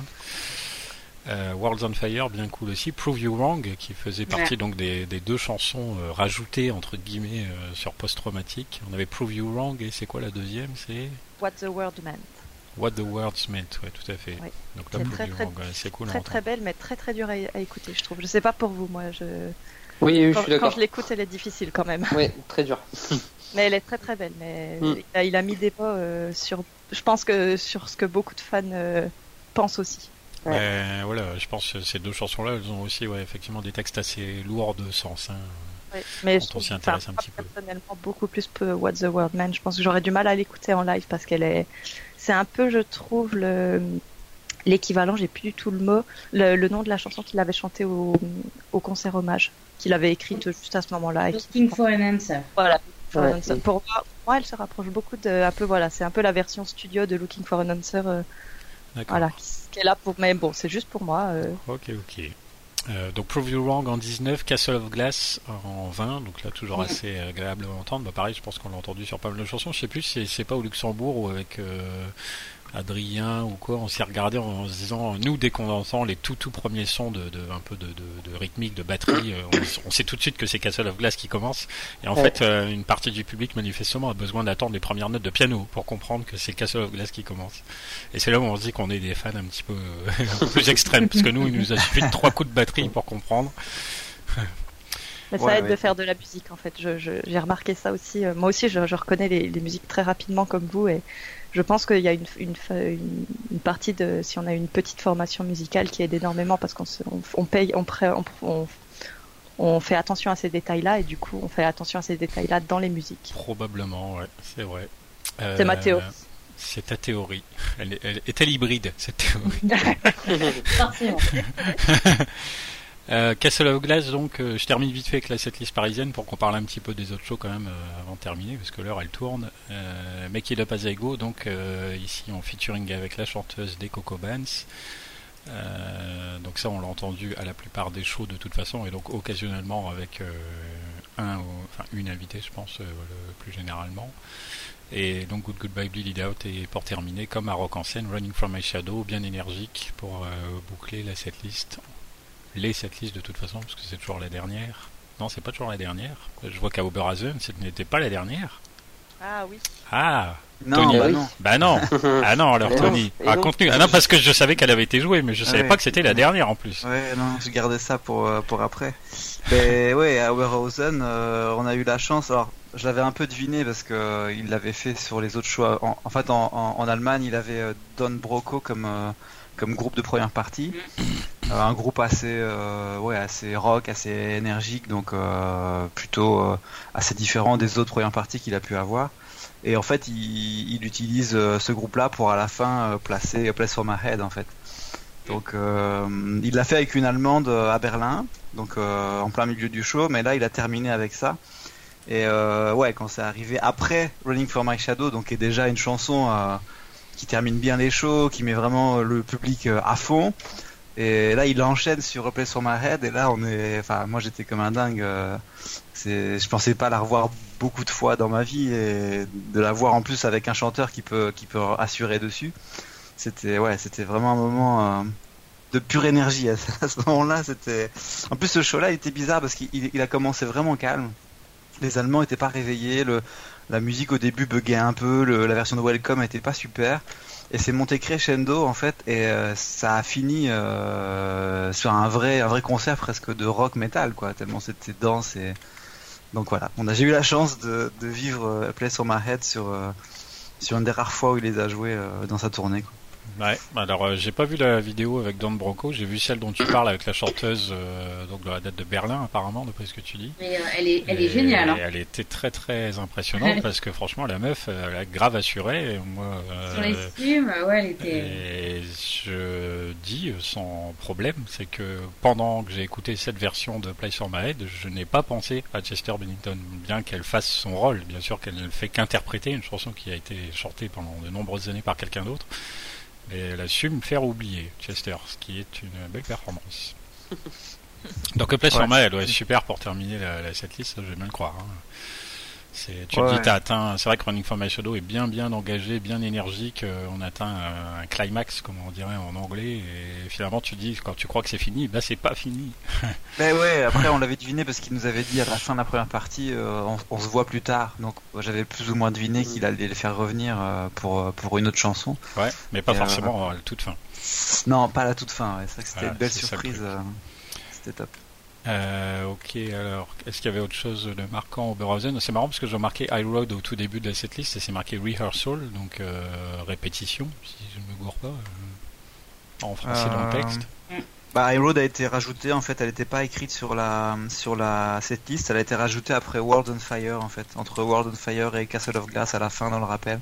Worlds on Fire, bien cool aussi. Prove You Wrong, qui faisait partie donc des deux chansons rajoutées entre guillemets sur Post-Traumatique. On avait Prove You Wrong, et c'est quoi la deuxième? C'est What the World Meant. What the Words Meant, ouais, tout à fait. Oui. Donc là, Prove You Wrong, c'est cool. Très belle, mais très très dure à écouter, je trouve. Je sais pas pour vous, moi. Oui, je suis d'accord. Quand je l'écoute, elle est difficile quand même. Oui, très dur. Mais elle est très très belle. Mais il a mis des mots sur. Je pense que sur ce que beaucoup de fans pensent aussi. Ouais. Voilà, je pense que ces deux chansons-là, elles ont aussi effectivement des textes assez lourds de sens. Ouais. Mais quand on s'y intéresse un petit peu. Personnellement, beaucoup plus What the World Man. Je pense que j'aurais du mal à l'écouter en live parce c'est un peu, je trouve, l'équivalent. J'ai plus du tout le mot, le nom de la chanson qu'il avait chantée au concert hommage, qu'il avait écrite juste à ce moment-là. Looking for an Answer. Voilà. Pour moi, elle se rapproche beaucoup c'est un peu la version studio de Looking for an Answer. Voilà, qui est là pour. Mais bon, c'est juste pour moi. Ok. Donc Prove You Wrong en 19, Castle of Glass en 20, donc là toujours assez agréable à entendre. Pareil, je pense qu'on l'a entendu sur pas mal de chansons. Je sais plus si c'est pas au Luxembourg ou avec Adrien ou quoi, on s'est regardé en se disant, nous dès qu'on entend les tout premiers sons de un peu de rythmique, de batterie, on sait tout de suite que c'est Castle of Glass qui commence. Et en fait, une partie du public manifestement a besoin d'attendre les premières notes de piano pour comprendre que c'est Castle of Glass qui commence. Et c'est là où on se dit qu'on est des fans un petit peu un peu plus extrêmes, parce que nous, il nous a suffi de 3 coups de batterie pour comprendre. Mais ça aide de faire de la musique en fait. J'ai remarqué ça aussi. Moi aussi, je reconnais les musiques très rapidement comme vous, et je pense qu'il y a une partie de, si on a une petite formation musicale, qui aide énormément, parce on fait attention à ces détails-là, et du coup on fait attention à ces détails-là dans les musiques. Probablement, ouais, c'est vrai. C'est ma théorie. C'est ta théorie. Est-elle hybride, cette théorie? Forcément. Castle of Glass, donc je termine vite fait avec la setlist parisienne pour qu'on parle un petit peu des autres shows quand même avant de terminer, parce que l'heure elle tourne. Make It Up As I Go, donc ici en featuring avec la chanteuse des Coco Bands. Donc ça on l'a entendu à la plupart des shows de toute façon, et donc occasionnellement avec une invitée, je pense, plus généralement. Et donc Good Goodbye Bleed It Out, et pour terminer, comme à Rock en scène, Running From My Shadow, bien énergique pour boucler la setlist. Les setlists de toute façon, parce que c'est toujours la dernière. Non, c'est pas toujours la dernière. Je vois qu'à Oberhausen, ce n'était pas la dernière. Ah oui. Ah, non, Tony. non. Bah non. Ah non, alors Tony. Raconte-nous. Ah non, parce que je savais qu'elle avait été jouée, mais je savais pas que c'était la dernière en plus. Ouais, non, je gardais ça pour après. Mais ouais, à Oberhausen, on a eu la chance. Alors, je l'avais un peu deviné parce que il l'avait fait sur les autres choix. En fait, en Allemagne, il avait Don Broco comme groupe de première partie, un groupe assez rock, assez énergique, donc plutôt assez différent des autres premières parties qu'il a pu avoir. Et en fait, il utilise ce groupe-là pour à la fin placer Place for My Head en fait. Donc il l'a fait avec une Allemande à Berlin, donc en plein milieu du show, mais là il a terminé avec ça. Et quand c'est arrivé après Running For My Shadow, donc qui est déjà une chanson qui termine bien les shows, qui met vraiment le public à fond. Et là, il enchaîne sur Place For My Head, et là, moi, j'étais comme un dingue. Je pensais pas la revoir beaucoup de fois dans ma vie, et de la voir en plus avec un chanteur qui peut assurer dessus. C'était vraiment un moment de pure énergie à ce moment-là. En plus, ce show-là, il était bizarre parce qu'il a commencé vraiment calme. Les Allemands n'étaient pas réveillés. La musique au début buguait un peu, la version de Welcome était pas super, et c'est monté crescendo en fait, et ça a fini sur un vrai concert presque de rock metal quoi, tellement c'était dense. Et donc voilà, j'ai eu la chance de vivre Place On My Head sur une des rares fois où il les a joués dans sa tournée quoi. Ouais, alors j'ai pas vu la vidéo avec Don Broco, j'ai vu celle dont tu parles avec la chanteuse donc de la date de Berlin apparemment, d'après ce que tu dis. Mais elle est géniale. Hein. Elle était très très impressionnante parce que franchement la meuf elle a grave assuré. Moi, sur les streams, ouais, elle était. Et je dis sans problème, c'est que pendant que j'ai écouté cette version de Place For My Head, je n'ai pas pensé à Chester Bennington, bien qu'elle fasse son rôle. Bien sûr qu'elle ne fait qu'interpréter une chanson qui a été chantée pendant de nombreuses années par quelqu'un d'autre. Et elle a su me faire oublier Chester, ce qui est une belle performance. Donc Place For My Head, ouais, super pour terminer la setlist, ça je vais bien le croire. Hein. T'as atteint. C'est vrai que Running For My Shadow est bien engagé, bien énergique. On atteint un climax, comme on dirait en anglais. Et finalement, tu dis quand tu crois que c'est fini, bah c'est pas fini. Mais ouais, après on l'avait deviné parce qu'il nous avait dit à la fin de la première partie, on se voit plus tard. Donc j'avais plus ou moins deviné qu'il allait les faire revenir pour une autre chanson. Ouais, mais pas forcément à la toute fin. Non, pas à la toute fin. Ouais. C'est vrai que c'était une belle surprise. C'était top. Ok, alors, est-ce qu'il y avait autre chose de marquant au Oberhausen? C'est marrant parce que j'ai remarqué High Road au tout début de la setlist et c'est marqué rehearsal, donc répétition, si je ne me gourre pas, en français dans le texte. Bah, High Road a été rajoutée, en fait, elle n'était pas écrite sur la setlist, elle a été rajoutée après World on Fire, en fait, entre World on Fire et Castle of Glass à la fin dans le rappel.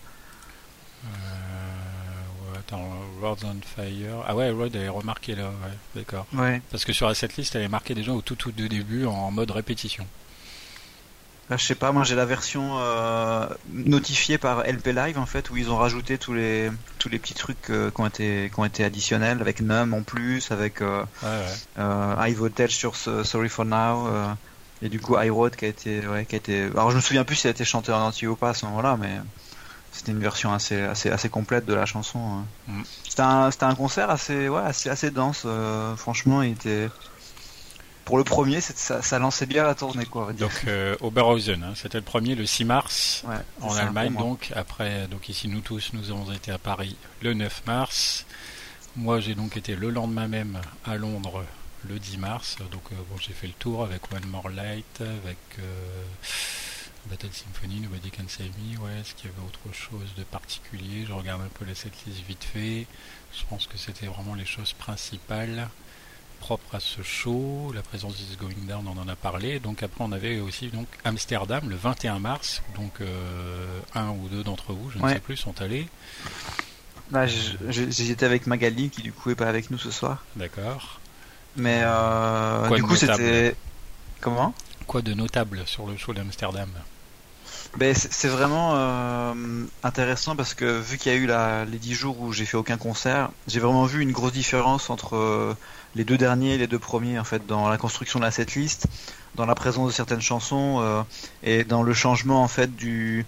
Attends, World on Fire. Ah ouais, Road elle est remarquée là, ouais, d'accord. Ouais. Parce que sur la setlist, elle est marquée déjà au tout début en mode répétition. Là, je sais pas, moi j'ai la version notifiée par LP Live en fait, où ils ont rajouté tous les petits trucs qui ont été additionnels, avec Numb en plus, avec High Voltage sur Sorry for Now, et du coup High Road qui a été. Alors je me souviens plus si elle a été chantée en entier ou pas à ce moment-là, mais c'était une version assez complète de la chanson. C'était un concert assez dense. Franchement, il était. Pour le premier, ça lançait bien la tournée, quoi. On va dire. Donc Oberhausen, c'était le premier, le 6 mars en Allemagne. Donc après, ici nous avons été à Paris le 9 mars. Moi, j'ai donc été le lendemain même à Londres le 10 mars. Donc j'ai fait le tour avec One More Light, avec Battle Symphony, Nobody Can Save Me. Ouais, est-ce qu'il y avait autre chose de particulier? Je regarde un peu la setlist vite fait. Je pense que c'était vraiment les choses principales propre à ce show. La présence d'Is Going Down, on en a parlé. Donc après on avait aussi donc Amsterdam le 21 mars, donc un ou deux d'entre vous, je ne sais plus, sont allés. Là, j'étais avec Magali qui du coup est pas avec nous ce soir. D'accord. Mais du coup c'était comment? Quoi de notable sur le show d'Amsterdam? Ben, c'est vraiment intéressant parce que vu qu'il y a eu les 10 jours où j'ai fait aucun concert, j'ai vraiment vu une grosse différence entre les deux derniers et les deux premiers en fait, dans la construction de la setlist, dans la présence de certaines chansons et dans le changement en fait du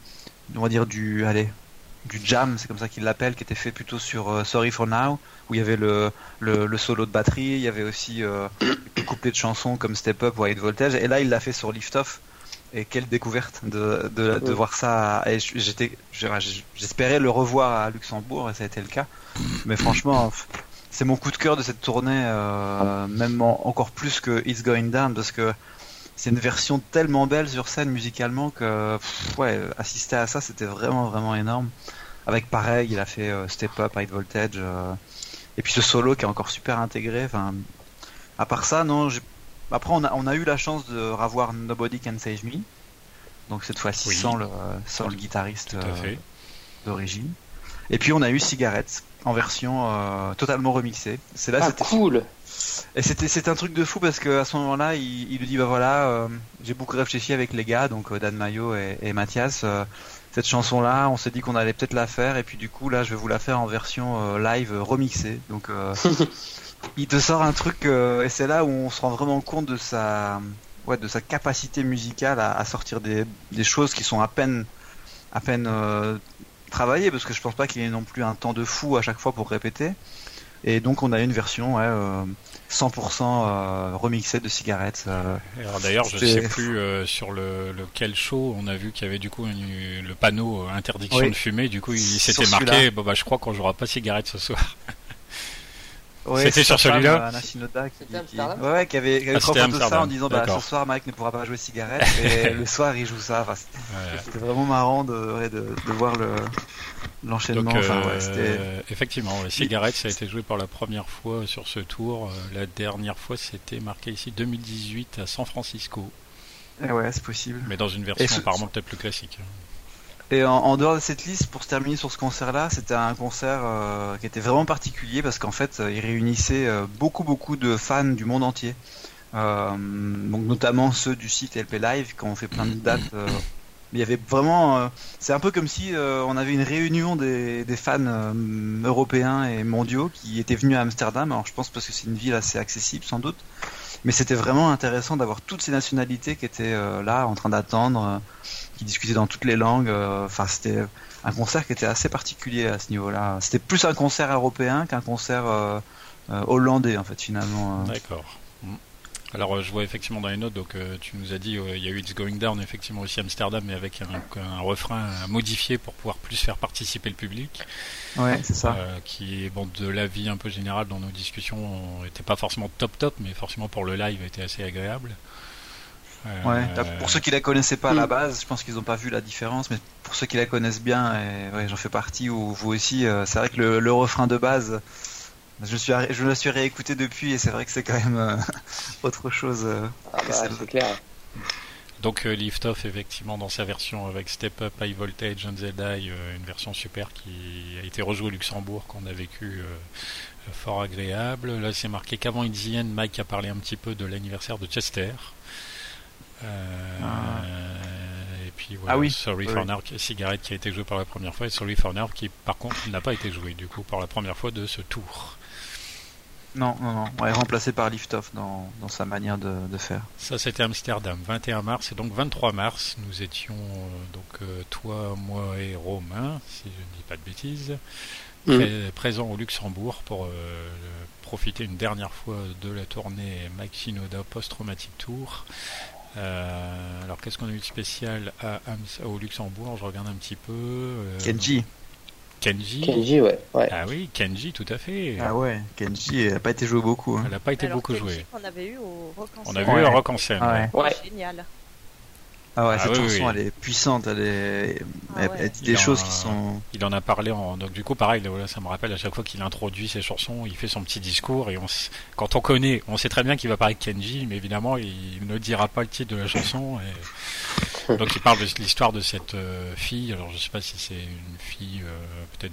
jam, c'est comme ça qu'ils l'appellent, qui était fait plutôt sur Sorry for Now, où il y avait le solo de batterie, il y avait aussi des couplets de chansons comme Step Up ou High Voltage, et là il l'a fait sur Lift Off. Et quelle découverte de voir ça. Et j'espérais le revoir à Luxembourg et ça a été le cas. Mais franchement, c'est mon coup de cœur de cette tournée, même encore plus que It's Going Down, parce que c'est une version tellement belle sur scène musicalement que assister à ça c'était vraiment vraiment énorme. Avec pareil, il a fait Step Up, High Voltage, et puis ce solo qui est encore super intégré. Enfin, à part ça, non. Après, on a eu la chance de revoir Nobody Can Save Me, donc cette fois-ci sans le guitariste d'origine. Et puis on a eu Cigarettes en version totalement remixée. C'était cool. Et c'était un truc de fou parce que à ce moment-là, il lui dit j'ai beaucoup réfléchi avec les gars, donc Dan Mayo et Mathias. Cette chanson-là, on s'est dit qu'on allait peut-être la faire, et puis du coup là, je vais vous la faire en version live remixée. Donc il te sort un truc et c'est là où on se rend vraiment compte de sa capacité musicale à sortir des choses qui sont à peine travaillées, parce que je pense pas qu'il y ait non plus un temps de fou à chaque fois pour répéter. Et donc on a une version 100% remixée de Cigarettes. Alors d'ailleurs, je sais plus sur lequel show on a vu qu'il y avait du coup le panneau interdiction de fumer. Du coup, il s'était marqué. Je crois qu'on jouera pas Cigarettes ce soir. Ouais, c'était sur celui-là. Qui avait proposé ça en disant ce soir Mike ne pourra pas jouer Cigarette, et le soir il joue ça. Enfin, c'était vraiment marrant de voir l'enchaînement. Donc, effectivement, Cigarette ça a été joué pour la première fois sur ce tour. La dernière fois c'était marqué ici 2018 à San Francisco. Ouais, c'est possible. Mais dans une version apparemment peut-être plus classique. Et en dehors de cette liste, pour se terminer sur ce concert-là, c'était un concert qui était vraiment particulier parce qu'en fait, il réunissait beaucoup de fans du monde entier. Donc notamment ceux du site LP Live, quand on fait plein de dates. Il y avait vraiment, c'est un peu comme si on avait une réunion des fans européens et mondiaux qui étaient venus à Amsterdam. Alors je pense parce que c'est une ville assez accessible sans doute. Mais c'était vraiment intéressant d'avoir toutes ces nationalités qui étaient là, en train d'attendre, qui discutaient dans toutes les langues. Enfin, c'était un concert qui était assez particulier à ce niveau-là. C'était plus un concert européen qu'un concert hollandais, en fait, finalement. D'accord. Alors je vois effectivement dans les notes, donc tu nous as dit il y a eu It's Going Down effectivement aussi à Amsterdam, mais avec un refrain modifié pour pouvoir plus faire participer le public. Ouais, c'est ça. Qui, bon, de l'avis un peu général dans nos discussions, n'était pas forcément top, mais forcément pour le live était assez agréable. Ouais. Pour ceux qui la connaissaient pas à la base, je pense qu'ils n'ont pas vu la différence, mais pour ceux qui la connaissent bien, et ouais, j'en fais partie, ou vous aussi, c'est vrai que le refrain de base, je me suis réécouté depuis, et c'est vrai que c'est quand même autre chose. C'est clair. Donc Lift Off, effectivement, dans sa version avec Step Up, High Voltage, and Zedai, une version super qui a été rejouée au Luxembourg, qu'on a vécu fort agréable. Là, c'est marqué qu'avant It's the End, Mike a parlé un petit peu de l'anniversaire de Chester. Et puis voilà, Sorry for Now, Cigarette qui a été joué pour la première fois, et Sorry for Now qui par contre n'a pas été joué du coup pour la première fois de ce tour. Non, ouais, remplacé par Lift Off dans sa manière de faire. Ça c'était Amsterdam, 21 mars, et donc 23 mars nous étions toi, moi et Romain, si je ne dis pas de bêtises, présents au Luxembourg pour profiter une dernière fois de la tournée Mike Shinoda Post-Traumatic Tour. Alors qu'est-ce qu'on a eu de spécial au Luxembourg? Je regarde un petit peu. Kenji, ouais. Ah oui, Kenji, tout à fait. Ah ouais, Kenji, elle n'a pas été jouée beaucoup. Elle n'a pas été beaucoup Kenji jouée. On avait eu au Rock en On a vu un Rock en scène. Ouais. Génial. Ah ouais, cette chanson, elle est puissante, elle dit des choses qui sont... Il en a parlé, donc du coup, pareil, là, ça me rappelle à chaque fois qu'il introduit ses chansons, il fait son petit discours, et quand on connaît, on sait très bien qu'il va parler de Kenji, mais évidemment, il ne dira pas le titre de la chanson, et... donc il parle de l'histoire de cette fille, alors je sais pas si c'est une fille, peut-être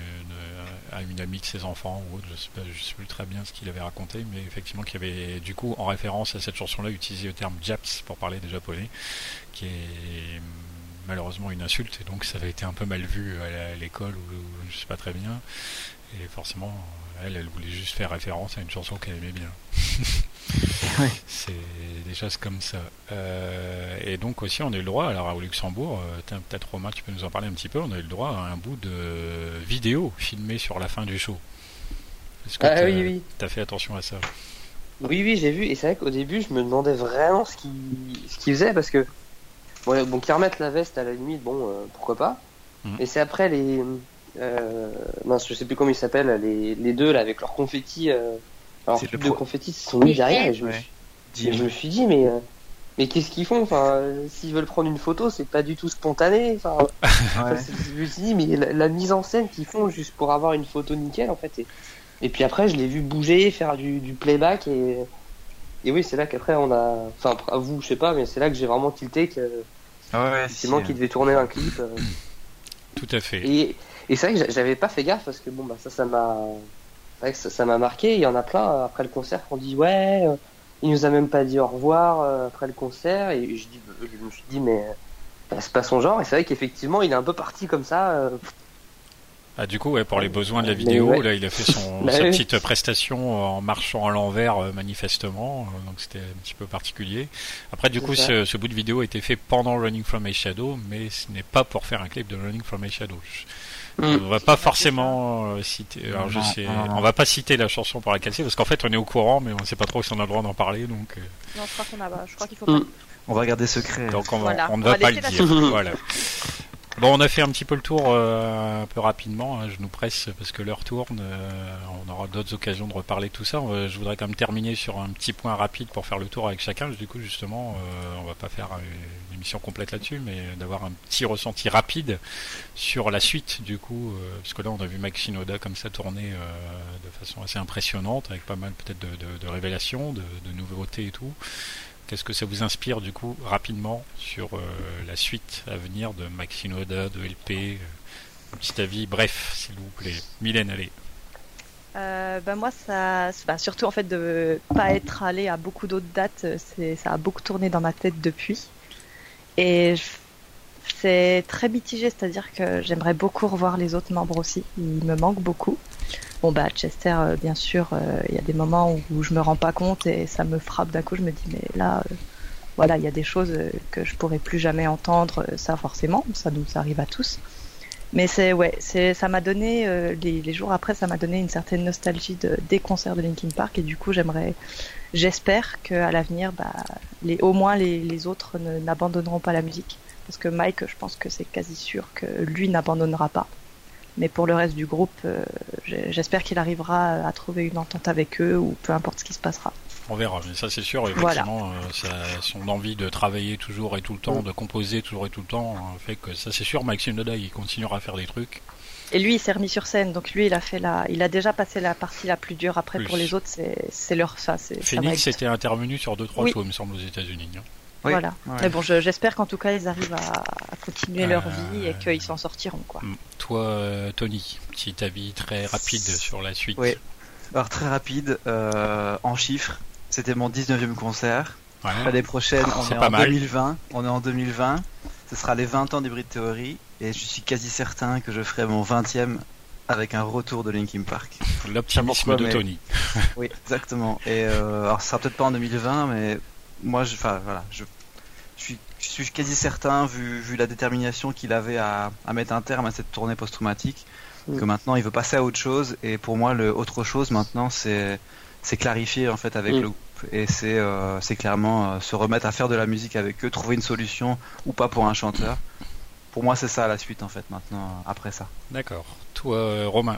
à une amie de ses enfants, ou autre, je sais plus très bien ce qu'il avait raconté, mais effectivement, qui avait, du coup, en référence à cette chanson-là, utilisé le terme Japs pour parler des Japonais, qui est malheureusement une insulte, et donc ça avait été un peu mal vu à l'école, ou je sais pas très bien, et forcément elle voulait juste faire référence à une chanson qu'elle aimait bien. C'est des choses comme ça. Et donc aussi on a eu le droit, alors au Luxembourg, peut-être Romain tu peux nous en parler un petit peu, on a eu le droit à un bout de vidéo filmé sur la fin du show. Est-ce que oui. t'as fait attention à ça? Oui, j'ai vu, et c'est vrai qu'au début je me demandais vraiment ce qu'il faisait, parce que bon, qu'ils remettent la veste à la limite, pourquoi pas. Et c'est après les je sais plus comment ils s'appellent, les deux là avec leurs confettis, alors plus de confettis se sont mis derrière, et je me suis dit mais qu'est-ce qu'ils font, enfin s'ils veulent prendre une photo, c'est pas du tout spontané, je me suis dit mais la mise en scène qu'ils font juste pour avoir une photo nickel en fait, et puis après je l'ai vu bouger, faire du playback, et oui, c'est là qu'après on a, enfin à vous je sais pas, mais c'est là que j'ai vraiment tilté que c'est moi qui devais tourner un clip. Tout à fait. Et c'est vrai que j'avais pas fait gaffe, parce que bon ça m'a marqué. Il y en a plein après le concert qui ont dit il nous a même pas dit au revoir après le concert, et je me suis dit mais c'est pas son genre, et c'est vrai qu'effectivement il est un peu parti comme ça. Ah, du coup, pour les besoins de la vidéo, là, il a fait sa petite prestation en marchant à l'envers, manifestement, donc c'était un petit peu particulier. Après, du coup, ce bout de vidéo a été fait pendant Running from a Shadow, mais ce n'est pas pour faire un clip de Running from a Shadow. On va pas forcément citer. Alors, on va pas citer la chanson pour laquelle c'est, parce qu'en fait, on est au courant, mais on sait pas trop si on a le droit d'en parler, donc. Non, je crois qu'il faut pas. On va garder secret. Donc, on ne va pas le dire. Voilà. Bon, on a fait un petit peu le tour un peu rapidement, je nous presse parce que l'heure tourne, on aura d'autres occasions de reparler de tout ça. Je voudrais quand même terminer sur un petit point rapide pour faire le tour avec chacun. Du coup, justement, on va pas faire une émission complète là-dessus, mais d'avoir un petit ressenti rapide sur la suite, du coup, parce que là, on a vu Mike Shinoda comme ça tourner de façon assez impressionnante, avec pas mal peut-être de révélations, de nouveautés et tout. Qu'est-ce que ça vous inspire du coup rapidement sur la suite à venir de Mike Shinoda, de LP, un petit avis bref s'il vous plaît. Mylène, allez. Moi surtout en fait de pas être allé à beaucoup d'autres dates, ça a beaucoup tourné dans ma tête depuis, et c'est très mitigé, c'est-à-dire que j'aimerais beaucoup revoir les autres membres aussi, ils me manquent beaucoup. Bon Chester, bien sûr, il y a des moments où je me rends pas compte et ça me frappe d'un coup, je me dis mais là, il y a des choses que je pourrais plus jamais entendre, ça forcément, ça nous arrive à tous. Mais ça m'a donné, les jours après, ça m'a donné une certaine nostalgie des concerts de Linkin Park, et du coup j'aimerais j'espère qu'à l'avenir, au moins les autres n'abandonneront pas la musique. Parce que Mike, je pense que c'est quasi sûr que lui n'abandonnera pas. Mais pour le reste du groupe, j'espère qu'il arrivera à trouver une entente avec eux ou peu importe ce qui se passera. On verra, mais ça c'est sûr, effectivement, son envie de travailler toujours et tout le temps, de composer toujours et tout le temps, fait que ça c'est sûr, Mike Shinoda il continuera à faire des trucs. Et lui il s'est remis sur scène, donc lui il a déjà passé la partie la plus dure. Après pour les autres c'est leur ça. Phoenix était intervenu sur 2-3 shows, il me semble, aux États-Unis. Hein. Oui. Voilà. Ouais. Mais bon, j'espère qu'en tout cas ils arrivent à continuer leur vie et qu'ils s'en sortiront, quoi. Toi, Tony, petit avis très rapide sur la suite. Oui. Alors très rapide, en chiffres, c'était mon 19e concert. Ouais. L'année prochaine, on est en 2020. On est en 2020. Ce sera les 20 ans d'Hybrid Theory et je suis quasi certain que je ferai mon 20e avec un retour de Linkin Park. L'optimisme de Tony. Oui, exactement. Et alors, ça sera peut-être pas en 2020, mais moi, je suis quasi certain, vu la détermination qu'il avait à mettre un terme à cette tournée post-traumatique, que maintenant il veut passer à autre chose. Et pour moi, le autre chose maintenant, c'est clarifier en fait avec le groupe. Et c'est clairement se remettre à faire de la musique avec eux, trouver une solution ou pas pour un chanteur. Pour moi, c'est ça la suite en fait maintenant après ça. D'accord. Toi, Romain.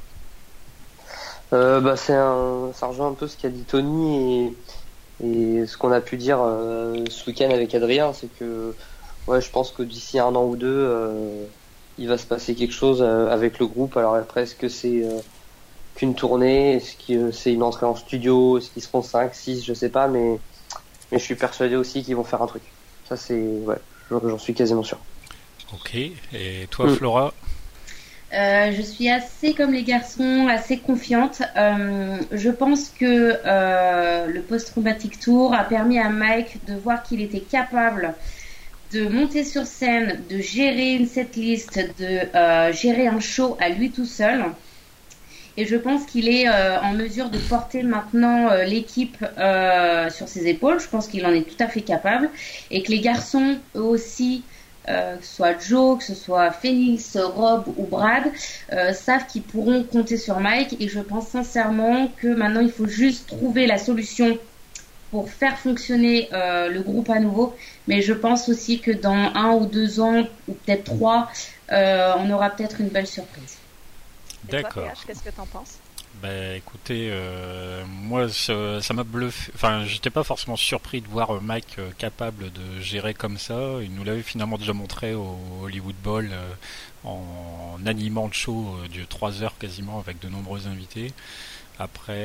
Ça rejoint un peu ce qu'a dit Tony et ce qu'on a pu dire ce week-end avec Adrien, c'est que je pense que d'ici 1 an ou 2, il va se passer quelque chose avec le groupe. Alors après, est-ce que c'est qu'une tournée, est-ce que c'est une entrée en studio, est-ce qu'ils seront 5, 6, je sais pas, mais je suis persuadé aussi qu'ils vont faire un truc. Ça j'en suis quasiment sûr. Ok, et toi Flora? Je suis assez comme les garçons, assez confiante. Je pense que le Post-Traumatic Tour a permis à Mike de voir qu'il était capable de monter sur scène, de gérer une setlist, de gérer un show à lui tout seul. Et je pense qu'il est en mesure de porter maintenant l'équipe sur ses épaules. Je pense qu'il en est tout à fait capable. Et que les garçons, eux aussi, que ce soit Joe, que ce soit Phoenix, Rob ou Brad, savent qu'ils pourront compter sur Mike. Et je pense sincèrement que maintenant, il faut juste trouver la solution pour faire fonctionner le groupe à nouveau. Mais je pense aussi que dans 1 ou 2 ans, ou peut-être 3, on aura peut-être une belle surprise. D'accord. Et toi, PH, qu'est-ce que t'en penses? Écoutez, moi ça m'a bluffé. Enfin, j'étais pas forcément surpris de voir Mike capable de gérer comme ça. Il nous l'avait finalement déjà montré au Hollywood Bowl en animant le show de 3 heures quasiment avec de nombreux invités. Après,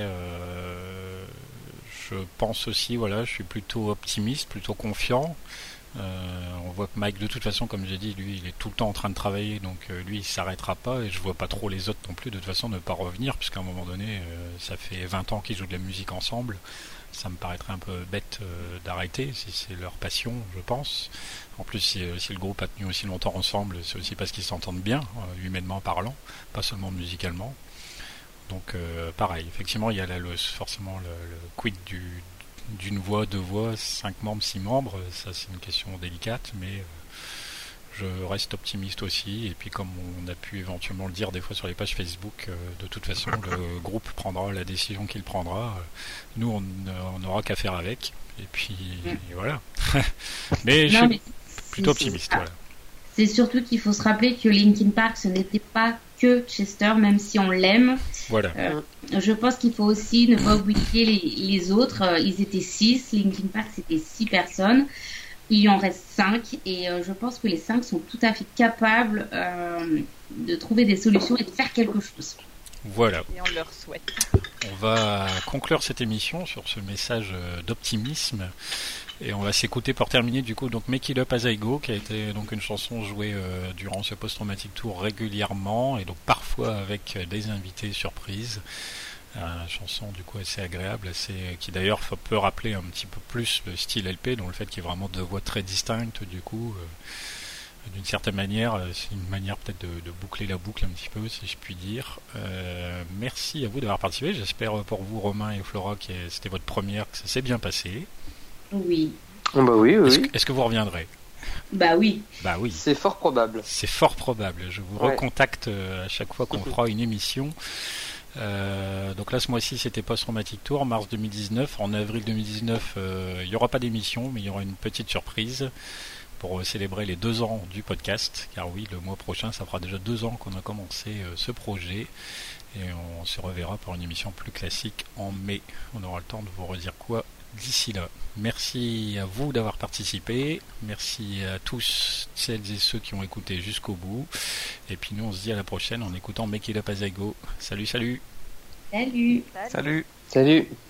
je pense aussi, je suis plutôt optimiste, plutôt confiant. On voit que Mike, de toute façon, comme j'ai dit, lui, il est tout le temps en train de travailler, donc lui, il s'arrêtera pas, et je vois pas trop les autres non plus, de toute façon, ne pas revenir, puisqu'à un moment donné, ça fait 20 ans qu'ils jouent de la musique ensemble. Ça me paraîtrait un peu bête d'arrêter, si c'est leur passion, je pense. En plus, si le groupe a tenu aussi longtemps ensemble, c'est aussi parce qu'ils s'entendent bien, humainement parlant, pas seulement musicalement. Donc, pareil, effectivement, il y a forcément le quid d'une voix, 2 voix, 5 membres, 6 membres, ça c'est une question délicate, mais je reste optimiste aussi, et puis comme on a pu éventuellement le dire des fois sur les pages Facebook, de toute façon le groupe prendra la décision qu'il prendra, nous on n'aura qu'à faire avec, et puis et voilà. Mais je suis plutôt optimiste, voilà. C'est surtout qu'il faut se rappeler que Linkin Park, ce n'était pas que Chester, même si on l'aime. Voilà. Je pense qu'il faut aussi ne pas oublier les autres. Ils étaient 6, Linkin Park c'était 6 personnes. Il y en reste 5 et je pense que les 5 sont tout à fait capables de trouver des solutions et de faire quelque chose. Voilà. Et on leur souhaite. On va conclure cette émission sur ce message d'optimisme. Et on va s'écouter pour terminer du coup donc Make It Up As I Go, qui a été donc une chanson jouée durant ce Post-Traumatic Tour régulièrement et donc parfois avec des invités surprises. Une chanson du coup assez agréable, qui d'ailleurs peut rappeler un petit peu plus le style LP, dont le fait qu'il y ait vraiment 2 voix très distinctes du coup. D'une certaine manière, c'est une manière peut-être de boucler la boucle un petit peu, si je puis dire. Merci à vous d'avoir participé. J'espère pour vous, Romain et Flora, que c'était votre première, que ça s'est bien passé. Oui. Oui. Est-ce que vous reviendrez? Oui. Oui. C'est fort probable. C'est fort probable. Je vous recontacte à chaque fois qu'on fera une émission. Donc là, ce mois-ci, c'était Post-Traumatic Tour, mars 2019. En avril 2019, il n'y aura pas d'émission, mais il y aura une petite surprise pour célébrer les 2 ans du podcast. Car oui, le mois prochain, ça fera déjà 2 ans qu'on a commencé ce projet. Et on se reverra pour une émission plus classique en mai. On aura le temps de vous redire quoi d'ici là. Merci à vous d'avoir participé. Merci à tous celles et ceux qui ont écouté jusqu'au bout. Et puis nous, on se dit à la prochaine en écoutant Make It Up As I Go. Salut, salut. Salut. Salut. Salut.